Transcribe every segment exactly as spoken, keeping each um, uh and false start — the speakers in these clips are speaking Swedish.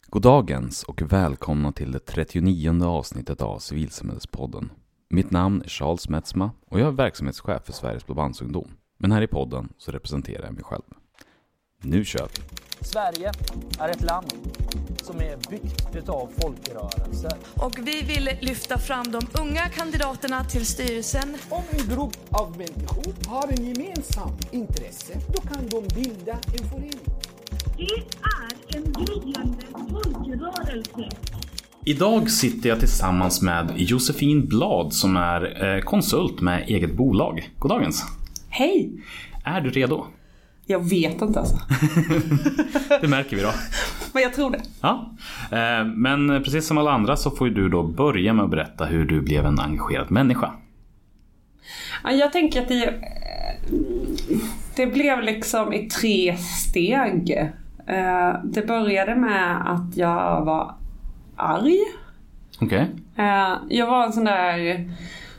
God dagens och välkomna till det trettionionde avsnittet av Civilsamhällespodden. Mitt namn är Charles Metzma och jag är verksamhetschef för Sveriges Blåbandsungdom. Men här i podden så representerar jag mig själv. Nu kör vi! Sverige är ett land som är byggt av folkrörelser. Och vi vill lyfta fram de unga kandidaterna till styrelsen. Om en grupp av människor har en gemensam intresse, då kan de bilda en förening. Det är en gryende folkrörelse. Idag sitter jag tillsammans med Josefin Blad som är konsult med eget bolag. God dagens. Hej! Är du redo? Jag vet inte alltså. Det märker vi då. Men jag tror det. Ja. Men precis som alla andra så får du då börja med att berätta hur du blev en engagerad människa. Jag tänker att det, det blev liksom i tre steg. Det började med att jag var arg. Okej. Okay. Jag var en sån där...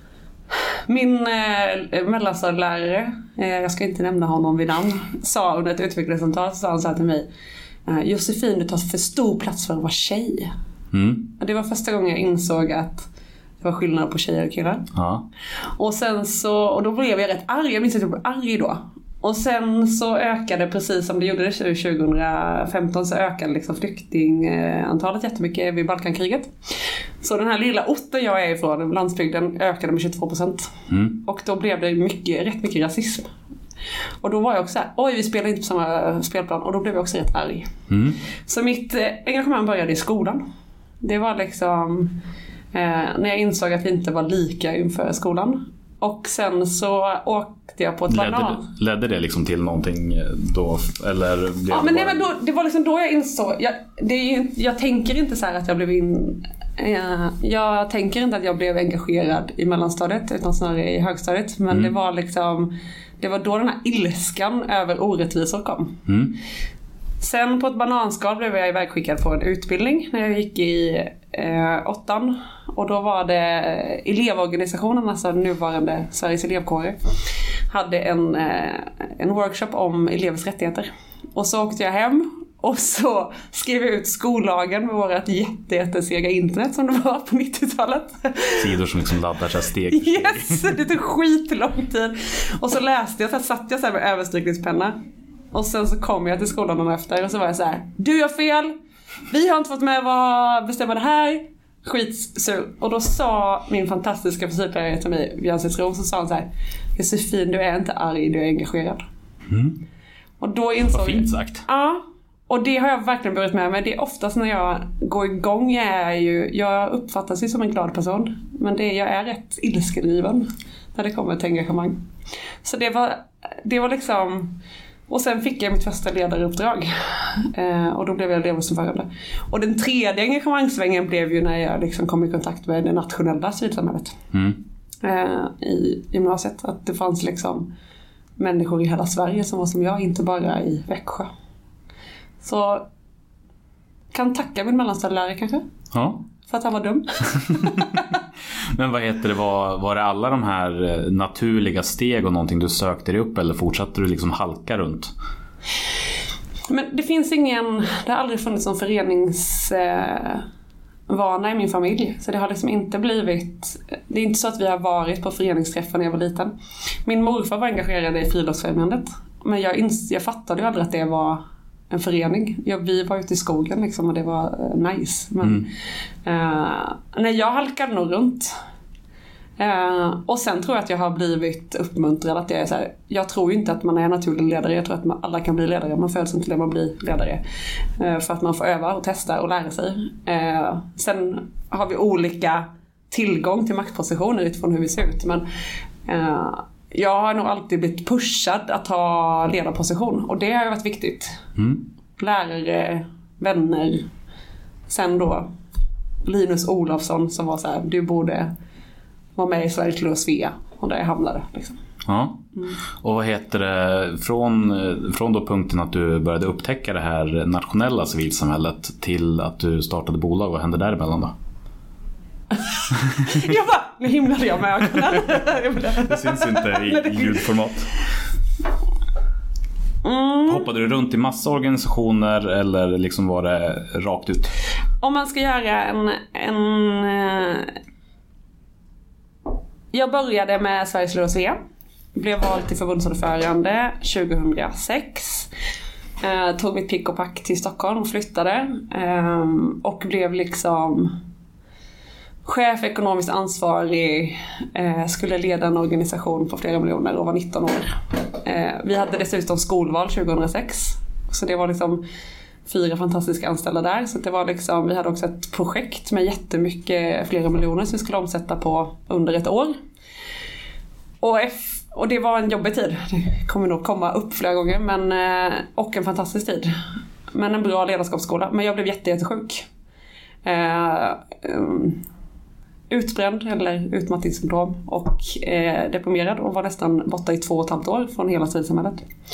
Min eh, mellanstadielärare, eh, jag ska inte nämna honom vid namn, sa under ett utvecklingssamtal, så sa han så här till mig: Josefin, du tar för stor plats för att vara tjej. Mm. Och det var första gången jag insåg att det var skillnad på tjejer och killar. Ja. Och sen så, och då blev jag rätt arg, jag minns att jag blev arg då. Och sen så ökade, precis som det gjorde det tjugohundrafemton, så ökade liksom flyktingantalet jättemycket vid Balkankriget. Så den här lilla orten jag är ifrån, landsbygden, ökade med tjugotvå procent. Mm. Och då blev det mycket, rätt mycket rasism. Och då var jag också så här, oj, vi spelar inte på samma spelplan. Och då blev jag också rätt arg. Mm. Så mitt eh, engagemang började i skolan. Det var liksom eh, när jag insåg att vi inte var lika inför skolan. Och sen så åkte jag på ett ledde, banan. Ledde det liksom till någonting då? Eller blev ja, men det, nej, men då, det var liksom då jag insåg. Jag, det är, jag tänker inte så här att jag blev in... Eh, jag tänker inte att jag blev engagerad i mellanstadiet, utan snarare i högstadiet. Men mm. det var liksom... Det var då den här ilskan över orättvisor kom. Mm. Sen på ett bananskal blev jag ivägskickad på en utbildning när jag gick i eh, åttan. Och då var det elevorganisationen, alltså nuvarande Sveriges elevkårer, hade en, eh, en workshop om elevers rättigheter. Och så åkte jag hem och så skrev jag ut skollagen med vårt jätte, jättesega internet som det var på nittiotalet. Sidor som liksom laddar sig steg för steg. Yes, det tog skitlång tid. Och så läste jag, så satt jag så här med överstrykningspenna. Och sen så kom jag till skolan någon efter och så var jag så här: du gör fel, vi har inte fått med vad bestämma det här. Skitsur. Och då sa min fantastiska fysiklärare till mig, Björn Citron, så sa han så här: Josefin, du är inte arg, du är engagerad. Mm. Och då insåg vad fint sagt. Ja, och det har jag verkligen börjat med. Men det är oftast när jag går igång, jag är ju, jag uppfattas ju som en glad person. Men det, jag är rätt ilskedriven när det kommer till engagemang. Så det var, det var liksom... Och sen fick jag mitt första ledaruppdrag. Eh, och då blev jag elevrådsordförande. Och den tredje engagemangsvängen blev ju när jag liksom kom i kontakt med det nationella civilsamhället. Mm. Eh, I gymnasiet. Att det fanns liksom människor i hela Sverige som var som jag, inte bara i Växjö. Så kan tacka min mellanstadielärare kanske. Ja. För att han var dum. Men vad heter det, var, var det alla de här naturliga steg och någonting du sökte dig upp, eller fortsatte du liksom halka runt? Men det finns ingen, det har aldrig funnits någon föreningsvana eh, i min familj. Så det har liksom inte blivit, det är inte så att vi har varit på föreningsträffar när jag var liten. Min morfar var engagerad i Friluftsfrämjandet. Men jag, ins- jag fattade ju aldrig att det var en förening. Jag, vi var ute i skogen liksom, och det var uh, nice. Men mm. uh, när jag halkade nog runt. Uh, och sen tror jag att jag har blivit uppmuntrad att jag är så här, jag tror ju inte att man är naturlig ledare. Jag tror att man, alla kan bli ledare. Man föds inte till att man blir ledare. Uh, för att man får öva och testa och lära sig. Uh, sen har vi olika tillgång till maktpositioner utifrån hur vi ser ut. Men uh, jag har nog alltid blivit pushad att ha ledarposition. Och det har ju varit viktigt. Mm. Lärare, vänner. Sen då Linus Olofsson som var så här: du borde vara med i Sveriges Lilla Svea. Och där jag hamnade liksom. Ja. Mm. Och vad heter det, från, från då punkten att du började upptäcka det här nationella civilsamhället till att du startade bolag, vad hände däremellan då? Jag bara, nu himlade jag med ögonen. Det syns inte i ljudformat. Mm. Hoppade du runt i massa organisationer eller liksom var det rakt ut? Om man ska göra en... en eh... Jag började med Sveriges Lilla V. Blev vald till förbundsordförande tjugohundrasex. Eh, tog mitt pick och pack till Stockholm och flyttade. Eh, och blev liksom chef, ekonomiskt ansvarig. Eh, skulle leda en organisation på flera miljoner och var nitton år. Eh, vi hade dessutom skolval tjugohundrasex. Så det var liksom fyra fantastiska anställda där. Så det var liksom, vi hade också ett projekt med jättemycket, flera miljoner som vi skulle omsätta på under ett år. Och, F, och det var en jobbig tid. Det kommer nog komma upp flera gånger. Men, och en fantastisk tid. Men en bra ledarskapsskola. Men jag blev jätte, jättesjuk. Eh, um, utbränd eller utmattningssyndrom. Och eh, deprimerad. Och var nästan borta i två och ett halvt år från hela civilsamhället.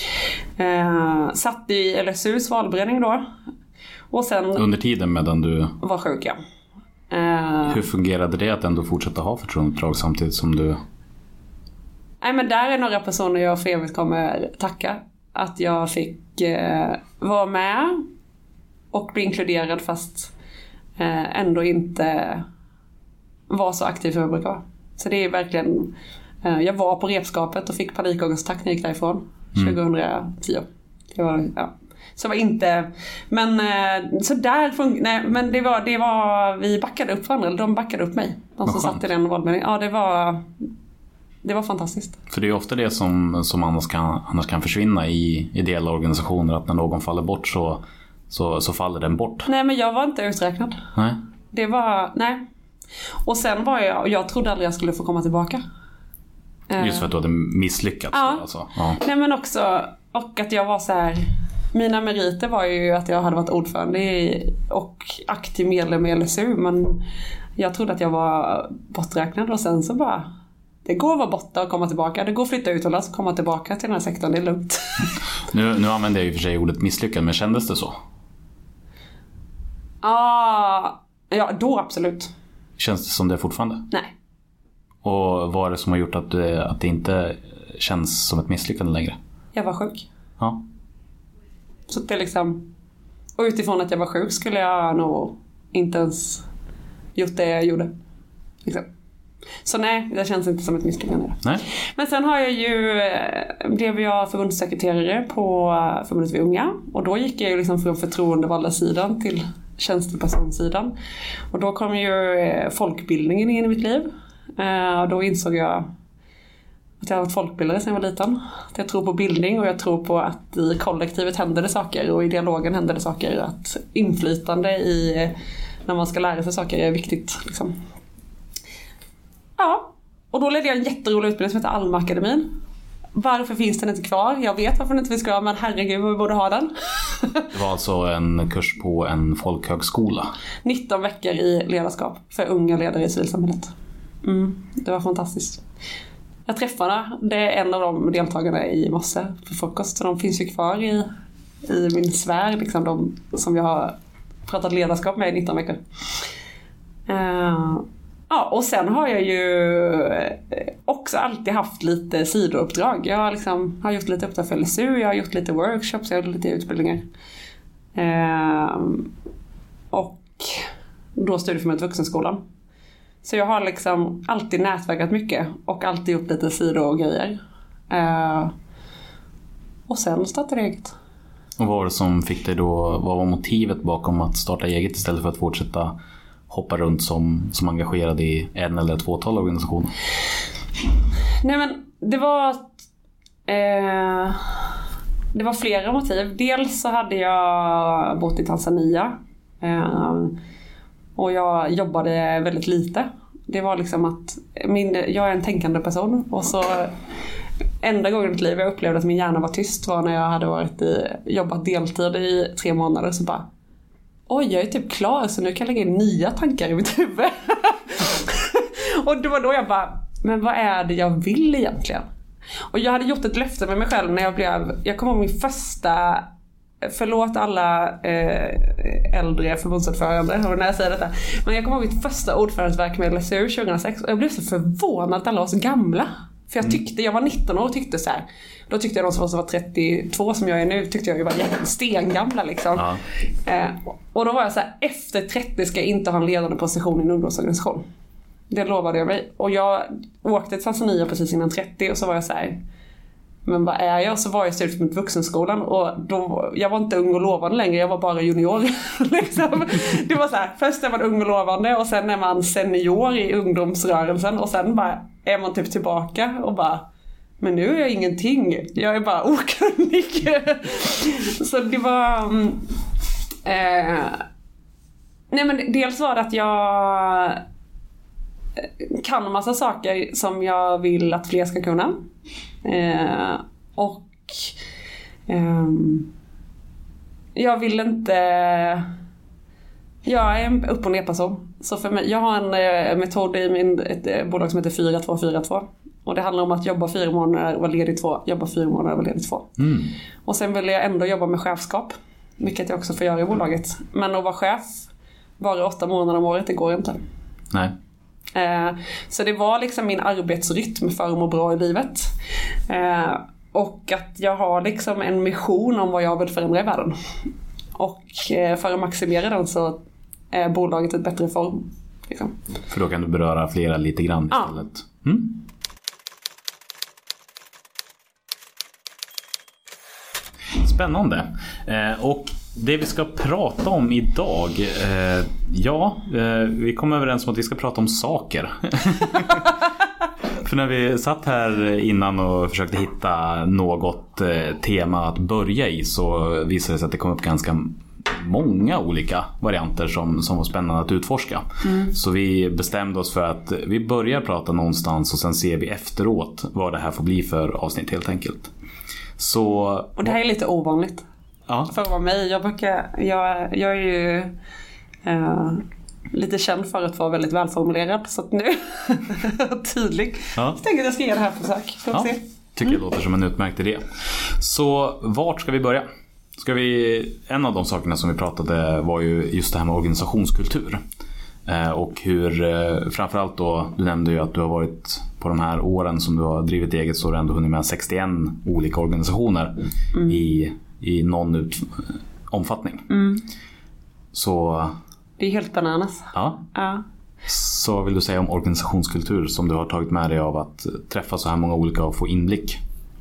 Eh, satt i L S U:s valberedning då. Och sen... Under tiden medan du... Var sjuk, ja. Eh, Hur fungerade det att ändå fortsätta ha förtroendeuppdrag samtidigt som du... Nej, men där är några personer jag för evigt kommer tacka. Att jag fick eh, vara med och bli inkluderad fast eh, ändå inte var så aktiv som jag brukar vara. Så det är verkligen... Eh, jag var på repskapet och fick panikångestattack när jag gick därifrån. Mm. tjugohundratio. Det var, ja. Så var inte... Men eh, så där fun- nej, men det var, det var... Vi backade upp varandra. De backade upp mig. De som satt i den valberedningen. Ja, det var... Det var fantastiskt. För det är ofta det som, som annars, kan, annars kan försvinna i ideella organisationer. Att när någon faller bort så, så, så faller den bort. Nej, men jag var inte uträknad. Nej. Det var, nej. Och sen var jag, och jag trodde aldrig jag skulle få komma tillbaka. Just för att du hade misslyckats. Ja. Då, alltså. Ja. Nej, men också, och att jag var så här... Mina meriter var ju att jag hade varit ordförande i, och aktiv medlem i L S U. Men jag trodde att jag var borträknad och sen så bara... Det går att vara borta och komma tillbaka. Det går att flytta ut och komma tillbaka till den här sektorn. Det är lugnt. Nu, nu använder jag ju för sig ordet misslyckad, men kändes det så? Ah, ja, då absolut. Känns det som det fortfarande? Nej. Och vad är det som har gjort att det, att det inte känns som ett misslyckande längre? Jag var sjuk. Ja. Så det är liksom... Och utifrån att jag var sjuk skulle jag nog inte ens gjort det jag gjorde. Liksom. Så nej, det känns inte som ett misslyckande. Nej. Men sen har jag ju, blev jag förbundssekreterare på förbundet vid unga. Och då gick jag ju liksom från förtroendevalda sidan till tjänstepersonsidan. Och då kom ju folkbildningen in i mitt liv. Och då insåg jag att jag har varit folkbildare sedan jag var liten. Att jag tror på bildning och jag tror på att i kollektivet händer det saker och i dialogen händer det saker. Att inflytande i när man ska lära sig saker är viktigt liksom. Ja, och då ledde jag en jätterolig utbildning som heter Alma-akademin. Varför finns den inte kvar? Jag vet varför den inte finns kvar, men herregud vad vi borde ha den. Det var alltså en kurs på en folkhögskola. nitton veckor i ledarskap för unga ledare i civilsamhället. Mm, det var fantastiskt. Jag träffade det är en av de deltagarna i morse på frukost. Så de finns ju kvar i, i min sfär, liksom de som jag har pratat ledarskap med i nitton veckor. Uh, Ja, och sen har jag ju också alltid haft lite sidouppdrag. Jag har, liksom, har gjort lite uppdrag för L S U, jag har gjort lite workshops, jag har gjort lite utbildningar. Ehm, och då studieförbundet Vuxenskolan. Så jag har liksom alltid nätverkat mycket och alltid gjort lite sidor och grejer. Ehm, och sen startade jag eget. Och vad var det som fick dig då, vad var motivet bakom att starta eget istället för att fortsätta hoppa runt som, som engagerad i en eller tvåtal organisationer? Nej, men det var eh, det var flera motiv. Dels så hade jag bott i Tanzania eh, och jag jobbade väldigt lite. Det var liksom att min, jag är en tänkande person och så enda gången i mitt liv jag upplevde att min hjärna var tyst var när jag hade varit i, jobbat deltid i tre månader så bara oj, jag är typ klar så nu kan jag lägga in nya tankar i mitt huvud. Och det var då jag bara, men vad är det jag vill egentligen? Och jag hade gjort ett löfte med mig själv när jag blev, jag kommer ihåg min första, förlåt alla eh, äldre förbundsordförande och när jag säger detta, men jag kommer ihåg mitt första ordförandeverk med L S U tjugohundrasex och jag blev så förvånad att alla var så gamla. För jag tyckte, jag var nitton år och tyckte så här, Då tyckte jag de som var trettiotvå som jag är nu tyckte jag ju var stengamla liksom. Ja. Eh, och då var jag så här, efter trettio ska jag inte ha en ledande position i en ungdomsorganisation. Det lovade jag mig. Och jag åkte till Tanzania precis innan trettio och så var jag så här, men vad är jag? Och så var jag student på vuxenskolan och då, jag var inte ung och lovande längre, jag var bara junior. liksom. Det var så här, först är man ung och lovande och sen är man senior i ungdomsrörelsen och sen bara är man typ tillbaka och bara, men nu är jag ingenting. Jag är bara okunnig. Så det var... Eh, nej men dels var det att jag kan en massa saker som jag vill att fler ska kunna. Eh, och eh, jag vill inte... Jag är en upp- och ner-person. Så för mig, jag har en eh, metod i min, ett eh, bolag som heter fyra två fyra två. Och det handlar om att jobba fyra månader och vara ledig två. Jobba fyra månader och vara ledig två. Mm. Och sen vill jag ändå jobba med chefskap. Vilket jag också får göra i bolaget. Men att vara chef bara åtta månader om året, det går inte. Nej. Eh, så det var liksom min arbetsrytm för att må bra i livet. Eh, och att jag har liksom en mission om vad jag vill förändra i världen. Och eh, för att maximera den så är bolaget ett bättre form. Liksom. För då kan du beröra flera lite grann istället. Ja. Mm. Spännande. Eh, och det vi ska prata om idag, eh, ja, eh, vi kom överens om att vi ska prata om saker. För när vi satt här innan och försökte hitta något eh, tema att börja i så visade det sig att det kom upp ganska många olika varianter som, som var spännande att utforska. Mm. Så vi bestämde oss för att vi börjar prata någonstans och sen ser vi efteråt vad det här får bli för avsnitt helt enkelt. Så, och det här är lite ovanligt. Ja. För att vara mig. Jag, brukar, jag, jag är ju eh, lite känd för att vara väldigt välformulerad. Så att nu tydlig. Ja. Så tänker jag att jag ska ge det här försök. För att ja. se. Tycker jag låter som en utmärkt idé. Så vart ska vi börja? Ska vi, en av de sakerna som vi pratade var ju just det här med organisationskultur. Eh, och hur, eh, framförallt då, du nämnde ju att du har varit på de här åren som du har drivit eget så har du ändå hunnit med sextioen olika organisationer mm. i, i någon ut, omfattning. Mm. Så... Det är helt bananas. Ja. Ja. Så vill du säga om organisationskultur som du har tagit med dig av att träffa så här många olika och få inblick?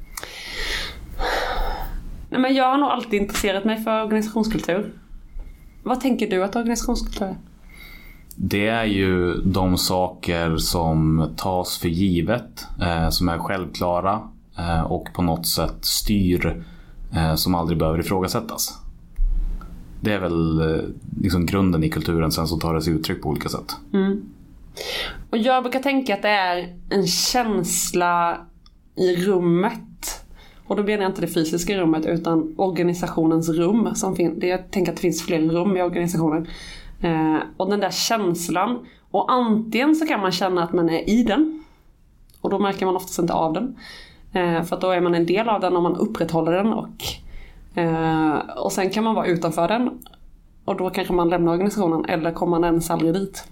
Nej, men jag har nog alltid intresserat mig för organisationskultur. Vad tänker du att organisationskultur är? Det är ju de saker som tas för givet, eh, som är självklara eh, och på något sätt styr eh, som aldrig behöver ifrågasättas. Det är väl eh, liksom grunden i kulturen, sen så tar det sig uttryck på olika sätt. Mm. Och jag brukar tänka att det är en känsla i rummet. Och då menar jag inte det fysiska rummet utan organisationens rum. Som fin- det, jag tänker att det finns fler rum i organisationen. Eh, och den där känslan. Och antingen så kan man känna att man är i den. Och då märker man oftast inte av den. Eh, för att då är man en del av den om man upprätthåller den. Och, eh, och sen kan man vara utanför den. Och då kanske man lämnar organisationen. Eller kommer man ens aldrig dit.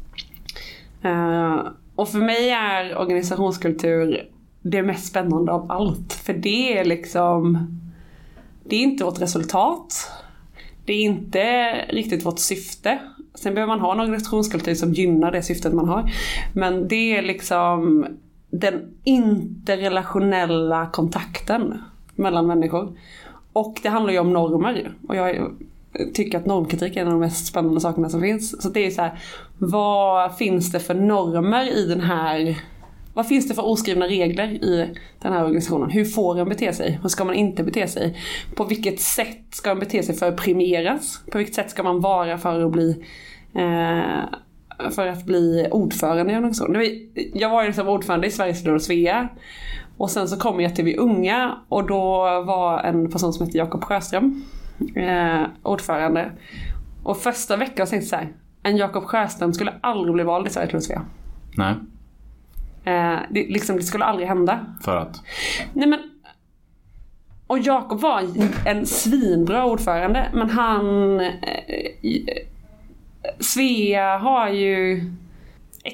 Eh, och för mig är organisationskultur det mest spännande av allt. För det är liksom... Det är inte vårt resultat. Det är inte riktigt vårt syfte. Sen behöver man ha en organisationskultur som gynnar det syftet man har. Men det är liksom den interrelationella kontakten mellan människor. Och det handlar ju om normer. Och jag tycker att normkritik är en av de mest spännande sakerna som finns. Så det är så här, vad finns det för normer i den här... Vad finns det för oskrivna regler i den här organisationen? Hur får en bete sig? Hur ska man inte bete sig? På vilket sätt ska en bete sig för att premieras? På vilket sätt ska man vara för att bli, eh, för att bli ordförande i en organisation? Jag var ju liksom ordförande i Sveriges Lilla och Svea. Och sen så kom jag till Vi Unga. Och då var en person som heter Jakob Sjöström eh, ordförande. Och första veckan tänkte jag så här. En Jakob Sjöström skulle aldrig bli vald i Sveriges Lilla och Svea. Nej. Eh, det, liksom, det skulle aldrig hända. För att? Nej, men, och Jakob var en svinbra ordförande. Men han eh, Svea har ju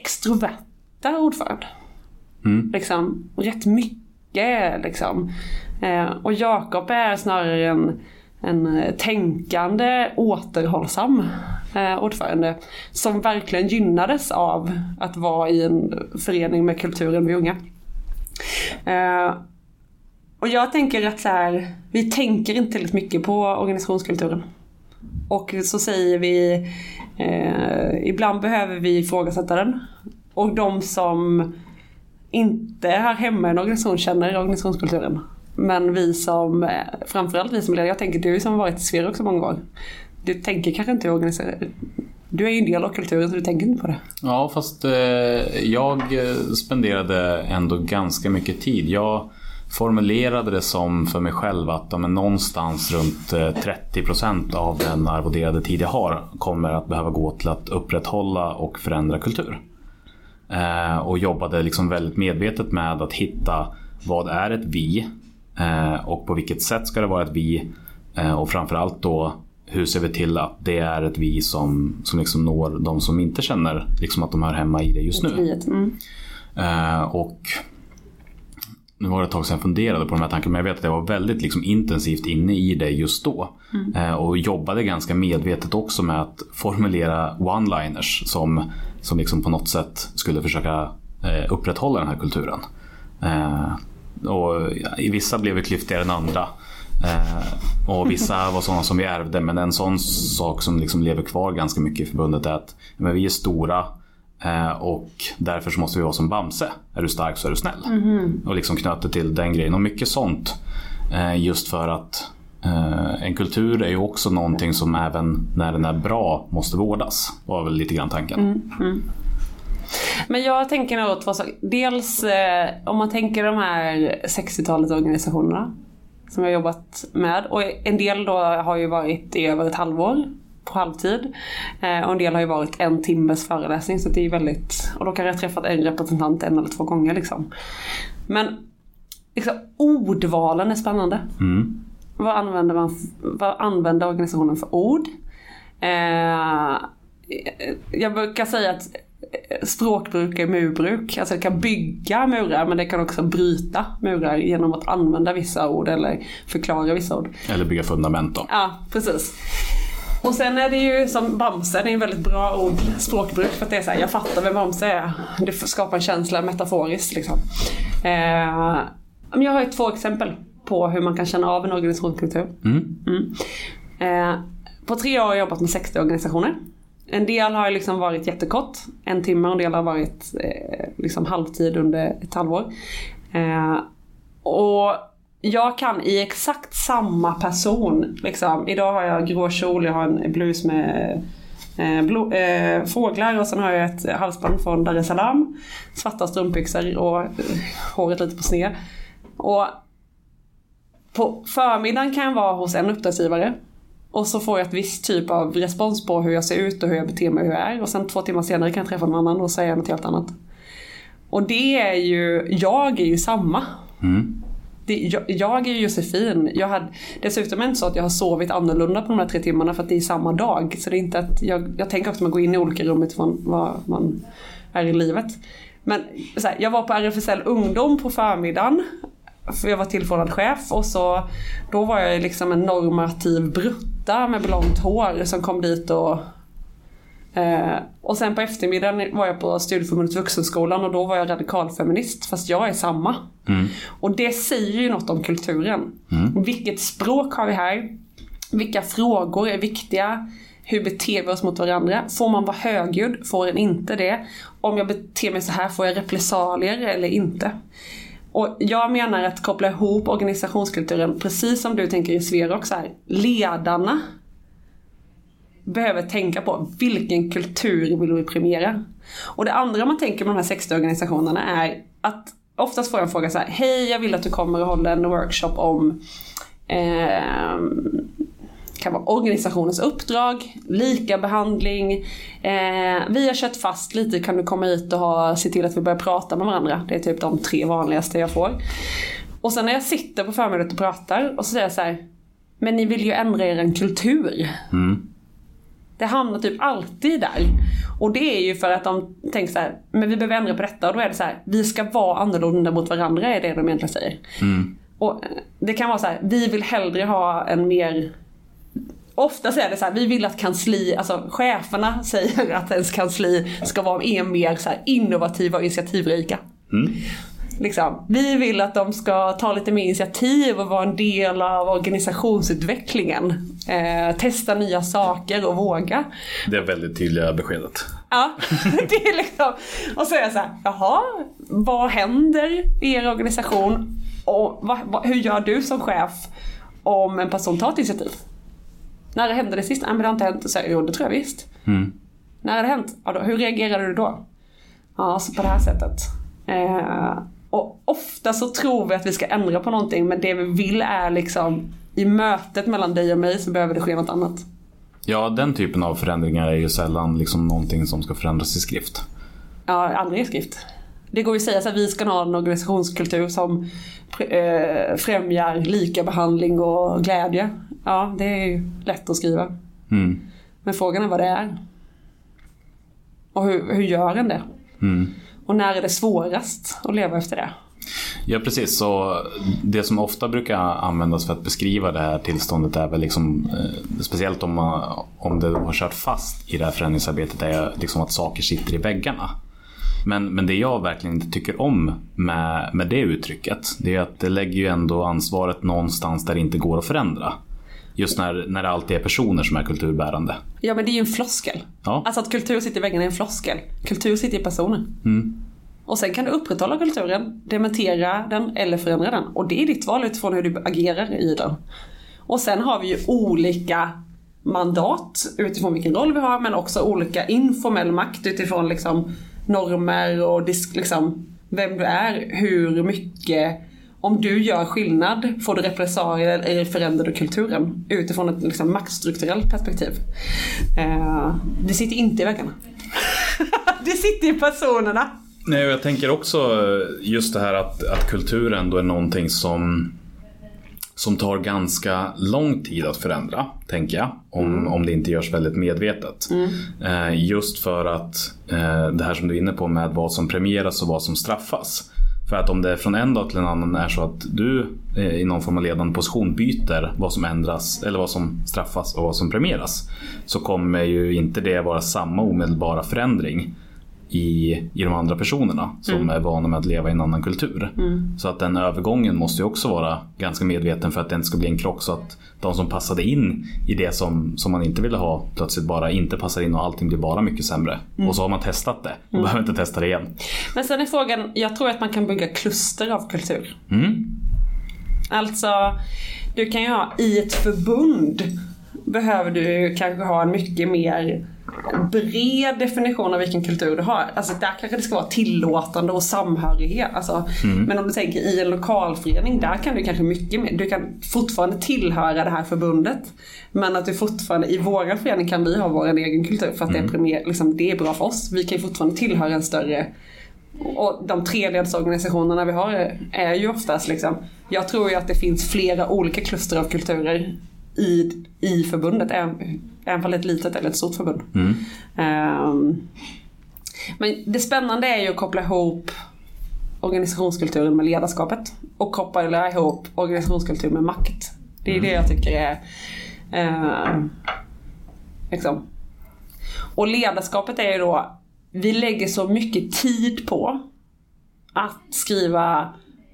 extroverta ordförande. Mm. Liksom, rätt mycket liksom. Eh, och Jakob är snarare en, en tänkande, återhållsam eh, ordförande som verkligen gynnades av att vara i en förening med kulturen med unga. Eh, och jag tänker att så här, vi tänker inte tillräckligt mycket på organisationskulturen. Och så säger vi eh, ibland behöver vi ifrågasätta den. Och de som inte har hemma i en organisation känner organisationskulturen. Men vi som, framförallt vi som ledare, jag tänker du som har varit i Sverige också många år. Du tänker kanske inte organisera. Du är ju en del av kulturen så du tänker inte på det. Ja, fast eh, jag spenderade ändå ganska mycket tid. Jag formulerade det som för mig själv att ja, men någonstans runt trettio procent av den arvoderade tid jag har kommer att behöva gå till att upprätthålla och förändra kultur. Eh, och jobbade liksom väldigt medvetet med att hitta vad är ett vi eh, och på vilket sätt ska det vara ett vi eh, och framförallt då hur ser vi till att det är ett vi som, som liksom når de som inte känner liksom att de hör hemma i det just nu. Mm. Eh, och nu var det ett tag sedan jag funderade på de här tankarna, men jag vet att jag var väldigt liksom intensivt inne i det just då. Mm. Eh, och jobbade ganska medvetet också med att formulera one-liners som, som liksom på något sätt skulle försöka eh, upprätthålla den här kulturen. Eh, och i vissa blev vi klyftigare än andra. Eh, och vissa var sådana som vi ärvde, men en sån sak som liksom lever kvar ganska mycket i förbundet är att men vi är stora eh, och därför så måste vi vara som Bamse. Är du stark så är du snäll. Mm-hmm. Och liksom knöt till den grejen och mycket sånt eh, just för att eh, en kultur är ju också någonting som även när den är bra måste vårdas. Var väl lite grann tanken. Mm-hmm. Men jag tänker nog två saker. Dels eh, om man tänker de här sextiotalet organisationerna som jag har jobbat med. Och en del då har ju varit i över ett halvår på halvtid. Eh, och en del har ju varit en timmes föreläsning. Så det är väldigt... Och då kan jag ha träffat en representant en eller två gånger liksom. Men liksom, ordvalen är spännande. Mm. Vad använder man? Vad använder organisationen för ord? Eh, jag brukar säga att språkbruk är murbruk. Alltså det kan bygga murar, men det kan också bryta murar genom att använda vissa ord eller förklara vissa ord. Eller bygga fundament då. Ja, precis. Och sen är det ju som Bamse, det är en väldigt bra ord, språkbruk, för att det är så här, jag fattar vem Bamse är. Det skapar en känsla metaforiskt liksom. Eh, jag har ju två exempel på hur man kan känna av en organisationskultur. Mm. Mm. Eh, på tre år har jag jobbat med sextio organisationer. En del har liksom varit jättekort, en timme, och en del har varit eh, liksom halvtid under ett halvår. Eh, och jag kan i exakt samma person, liksom, idag har jag grå kjol, jag har en blus med eh, blå, eh, fåglar och sen har jag ett halsband från Dar es Salaam, svarta strumpbyxor och eh, håret lite på sned. Och på förmiddagen kan jag vara hos en uppdragsgivare. Och så får jag ett visst typ av respons på hur jag ser ut och hur jag beter mig och hur jag är. Och sen två timmar senare kan jag träffa någon annan och säga något helt annat. Och det är ju, jag är ju samma. Mm. Det, jag, jag är ju Josefin. Jag hade, dessutom är det inte så att jag har sovit annorlunda på de här tre timmarna för att det är samma dag. Så det är inte att jag, jag tänker också att man går in i olika rum utifrån vad man är i livet. Men så här, jag var på R F S L Ungdom på förmiddagen. För jag var tillförordnad chef och så då var jag liksom en normativ brutta med blont hår som kom dit och eh, och sen på eftermiddagen var jag på Studieförbundet Vuxenskolan och då var jag radikalfeminist, fast jag är samma. Mm. Och det säger ju något om kulturen. Mm. Vilket språk har vi här? Vilka frågor är viktiga? Hur beter vi oss mot varandra? Får man vara högljudd? Får en inte det? Om jag beter mig så här, får jag repressalier eller inte? Och jag menar att koppla ihop organisationskulturen, precis som du tänker i Sverok, så här, ledarna behöver tänka på vilken kultur vill vi premiera. Och det andra man tänker med de här sextio organisationerna är att oftast får jag en fråga så här: hej, jag vill att du kommer och håller en workshop om eh, kan vara organisationens uppdrag, lika behandling. Eh, vi har kört fast lite, kan du komma hit och ha, se till att vi börjar prata med varandra. Det är typ de tre vanligaste jag får. Och sen när jag sitter på förmiddagen och pratar och så säger jag så här: men ni vill ju ändra er en kultur. Mm. Det hamnar typ alltid där. Och det är ju för att de tänker så här: men vi behöver ändra på detta. Och då är det så här: vi ska vara annorlunda mot varandra, är det de egentligen säger. Mm. Och det kan vara så här, vi vill hellre ha en mer... Ofta säger det så här, vi vill att kansli, alltså cheferna säger att ens kansli ska vara en mer så här innovativa och initiativrika. Mm. Liksom, vi vill att de ska ta lite mer initiativ och vara en del av organisationsutvecklingen. Eh, testa nya saker och våga. Det är väldigt tydliga beskedet. Ja, det är liksom... Och så är jag så här, jaha, vad händer i er organisation? Och vad, vad, hur gör du som chef om en person tar ett initiativ? När det hände det sist? Nej, men det har inte hänt. Så, jo, det tror jag visst. Mm. När har det hänt? Ja, då, hur reagerar du då? Ja, så på det här sättet. Eh, och ofta så tror vi att vi ska ändra på någonting, men det vi vill är liksom i mötet mellan dig och mig så behöver det ske något annat. Ja, den typen av förändringar är ju sällan liksom någonting som ska förändras i skrift. Ja, aldrig i skrift. Det går ju att säga så att vi ska ha en organisationskultur som eh, främjar lika behandling och glädje. Ja, det är ju lätt att skriva. Mm. Men frågan är vad det är. Och hur, hur gör en det? Mm. Och när är det svårast att leva efter det? Ja, precis. Så det som ofta brukar användas för att beskriva det här tillståndet är väl liksom, eh, speciellt om, man, om det har kört fast i det här förändringsarbetet, är liksom att saker sitter i väggarna. Men, men det jag verkligen inte tycker om med, med det uttrycket, det är att det lägger ju ändå ansvaret någonstans där det inte går att förändra. Just när, när det alltid är personer som är kulturbärande. Ja, men det är ju en floskel. Ja. Alltså att kultur sitter i väggarna är en floskel. Kultur sitter i personer. Mm. Och sen kan du upprätthålla kulturen, dementera den eller förändra den. Och det är ditt val utifrån hur du agerar i den. Och sen har vi ju olika mandat utifrån vilken roll vi har, men också olika informell makt utifrån liksom normer och disk, liksom, vem du är, hur mycket. Om du gör skillnad, får du repressalier eller förändrar du kulturen utifrån ett liksom, maktstrukturellt perspektiv. Eh, det sitter inte i väggarna. Det sitter i personerna. Nej, jag tänker också just det här att, att kulturen då är någonting som, som tar ganska lång tid att förändra, tänker jag. Om, mm. om det inte görs väldigt medvetet. Mm. Eh, just för att eh, det här som du är inne på med vad som premieras och vad som straffas. För att om det från en dag till en annan är så att du i någon form av ledande position byter vad som ändras eller vad som straffas och vad som premieras, så kommer ju inte det vara samma omedelbara förändring i, i de andra personerna som mm. är vana med att leva i en annan kultur. Mm. Så att den övergången måste ju också vara ganska medveten för att det inte ska bli en krock, så att de som passade in i det som, som man inte ville ha plötsligt bara inte passar in och allting blir bara mycket sämre. Mm. Och så har man testat det och mm. behöver inte testa det igen. Men sen är frågan, jag tror att man kan bygga kluster av kultur. Mm. Alltså, du kan ju ha i ett förbund behöver du kanske ha en mycket mer bred definition av vilken kultur du har. Alltså där kanske det ska vara tillåtande och samhörighet. Alltså, mm. Men om du tänker i en lokalförening, där kan du kanske mycket mer. Du kan fortfarande tillhöra det här förbundet, men att du fortfarande i våra förening kan vi ha vår egen kultur för att mm. det, är premier, liksom, det är bra för oss. Vi kan ju fortfarande tillhöra en större. Och de tredjedsorganisationerna vi har är ju oftast liksom, jag tror ju att det finns flera olika kluster av kulturer i, i förbundet, även om ett litet eller ett stort förbund. Mm. Um, men det spännande är ju att koppla ihop organisationskulturen med ledarskapet och koppla ihop organisationskultur med makt. Det är mm. det jag tycker är uh, liksom. Och ledarskapet är ju då, vi lägger så mycket tid på att skriva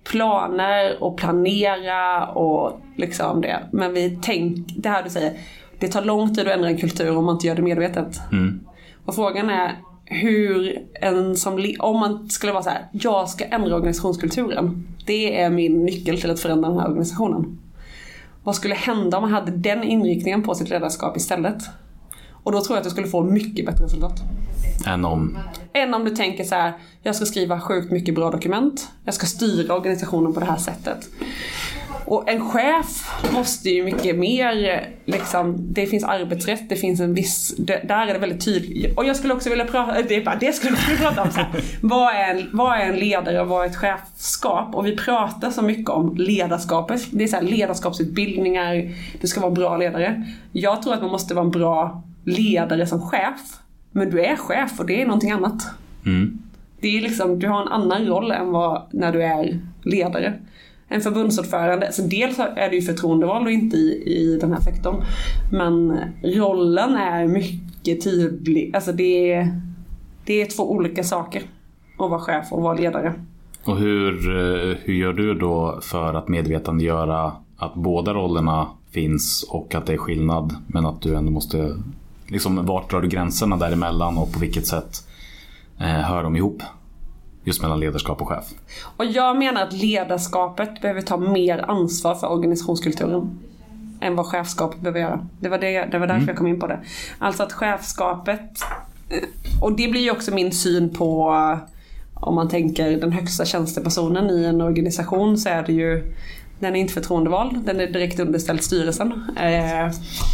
planer och planera och liksom det. Men vi tänker, det här du säger, det tar lång tid att ändra en kultur om man inte gör det medvetet. Mm. Och frågan är hur en som, om man skulle vara så här, jag ska ändra organisationskulturen. Det är min nyckel till att förändra den här organisationen. Vad skulle hända om man hade den inriktningen på sitt ledarskap istället? Och då tror jag att du skulle få mycket bättre resultat. Än om? Än om du tänker så här, jag ska skriva sjukt mycket bra dokument. Jag ska styra organisationen på det här sättet. Och en chef måste ju mycket mer, liksom, det finns arbetsrätt, det finns en viss, det, där är det väldigt tydligt. Och jag skulle också vilja prata, det är bara det skulle jag vilja prata om så här. Vad är, en, vad är en ledare och vad är ett chefskap? Och vi pratar så mycket om ledarskapet. Det är så här, ledarskapsutbildningar, du ska vara en bra ledare. Jag tror att man måste vara en bra ledare som chef. Men du är chef och det är någonting annat. Mm. Det är liksom, du har en annan roll än vad när du är ledare. En förbundsordförande, så dels är det ju förtroendevald och inte i, i den här sektorn. Men rollen är mycket tydlig. Alltså det är, det är två olika saker. Att vara chef och vara ledare. Och hur, hur gör du då för att medvetandegöra att båda rollerna finns och att det är skillnad, men att du ändå måste, liksom, vart drar du gränserna däremellan och på vilket sätt eh, hör de ihop just mellan ledarskap och chef? Och jag menar att ledarskapet behöver ta mer ansvar för organisationskulturen än vad chefskapet behöver göra. Det var, det, det var därför mm. jag kom in på det. Alltså att chefskapet, och det blir ju också min syn på, om man tänker den högsta tjänstepersonen i en organisation, så är det ju, den är inte förtroendevald, den är direkt underställd styrelsen. Eh,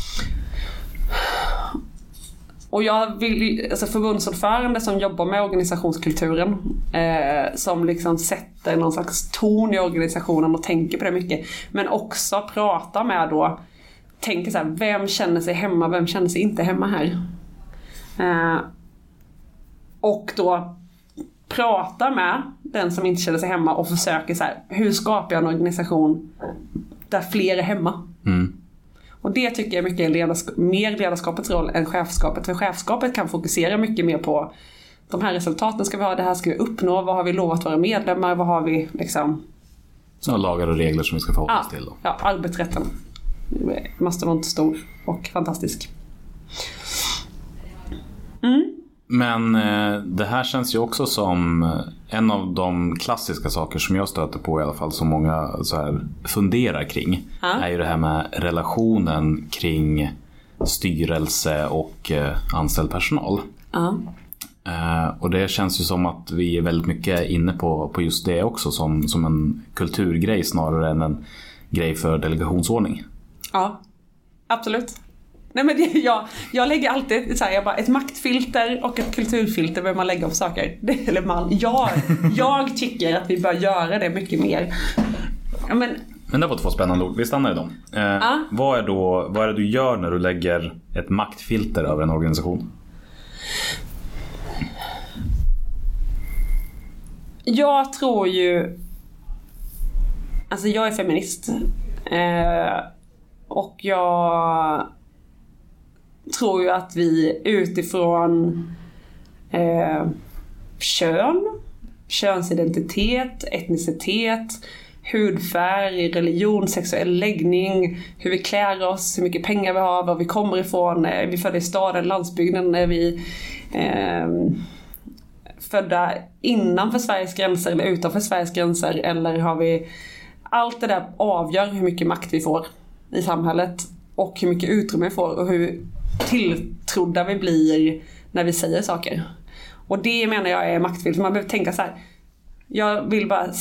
och jag vill, alltså förbundsordförande som jobbar med organisationskulturen, eh, som liksom sätter någon slags ton i organisationen och tänker på det mycket, men också pratar med då, tänker så här, vem känner sig hemma, vem känner sig inte hemma här? Eh, och då pratar med den som inte känner sig hemma och försöker så här, hur skapar jag en organisation där fler är hemma? Mm. Och det tycker jag mycket är ledarsk- mer ledarskapets roll än chefskapet. För chefskapet kan fokusera mycket mer på de här resultaten ska vi ha, det här ska vi uppnå, vad har vi lovat våra medlemmar, vad har vi liksom... Så lagar och regler som vi ska förhålla oss ja, till då. Ja, arbetsrätten. Mastodont stor och fantastisk. Mm. Men eh, det här känns ju också som en av de klassiska saker som jag stöter på i alla fall, som många så här funderar kring, ah. är ju det här med relationen kring styrelse och eh, anställd personal. Ah. Eh, och det känns ju som att vi är väldigt mycket inne på, på just det också som, som en kulturgrej snarare än en grej för delegationsordning. Ja, absolut. Nej, men det, jag, jag lägger alltid så här, jag bara, ett maktfilter och ett kulturfilter behöver man lägga på saker. Det, eller man, jag, jag tycker att vi bör göra det mycket mer. Ja, men, men det var två spännande ord. Vi stannar i dem. Eh, ah. vad, är då, vad är det du gör när du lägger ett maktfilter över en organisation? Jag tror ju... Alltså jag är feminist. Eh, och jag... tror ju att vi utifrån eh, kön, könsidentitet, etnicitet, hudfärg, religion, sexuell läggning, hur vi klär oss, hur mycket pengar vi har, var vi kommer ifrån, är vi födda i staden, landsbygden, är vi eh, födda innanför Sveriges gränser eller utanför Sveriges gränser, eller har vi... Allt det där avgör hur mycket makt vi får i samhället och hur mycket utrymme vi får och hur tilltrodda vi blir när vi säger saker. Och det menar jag är maktfyllt. Man behöver tänka så här. Jag vill bara...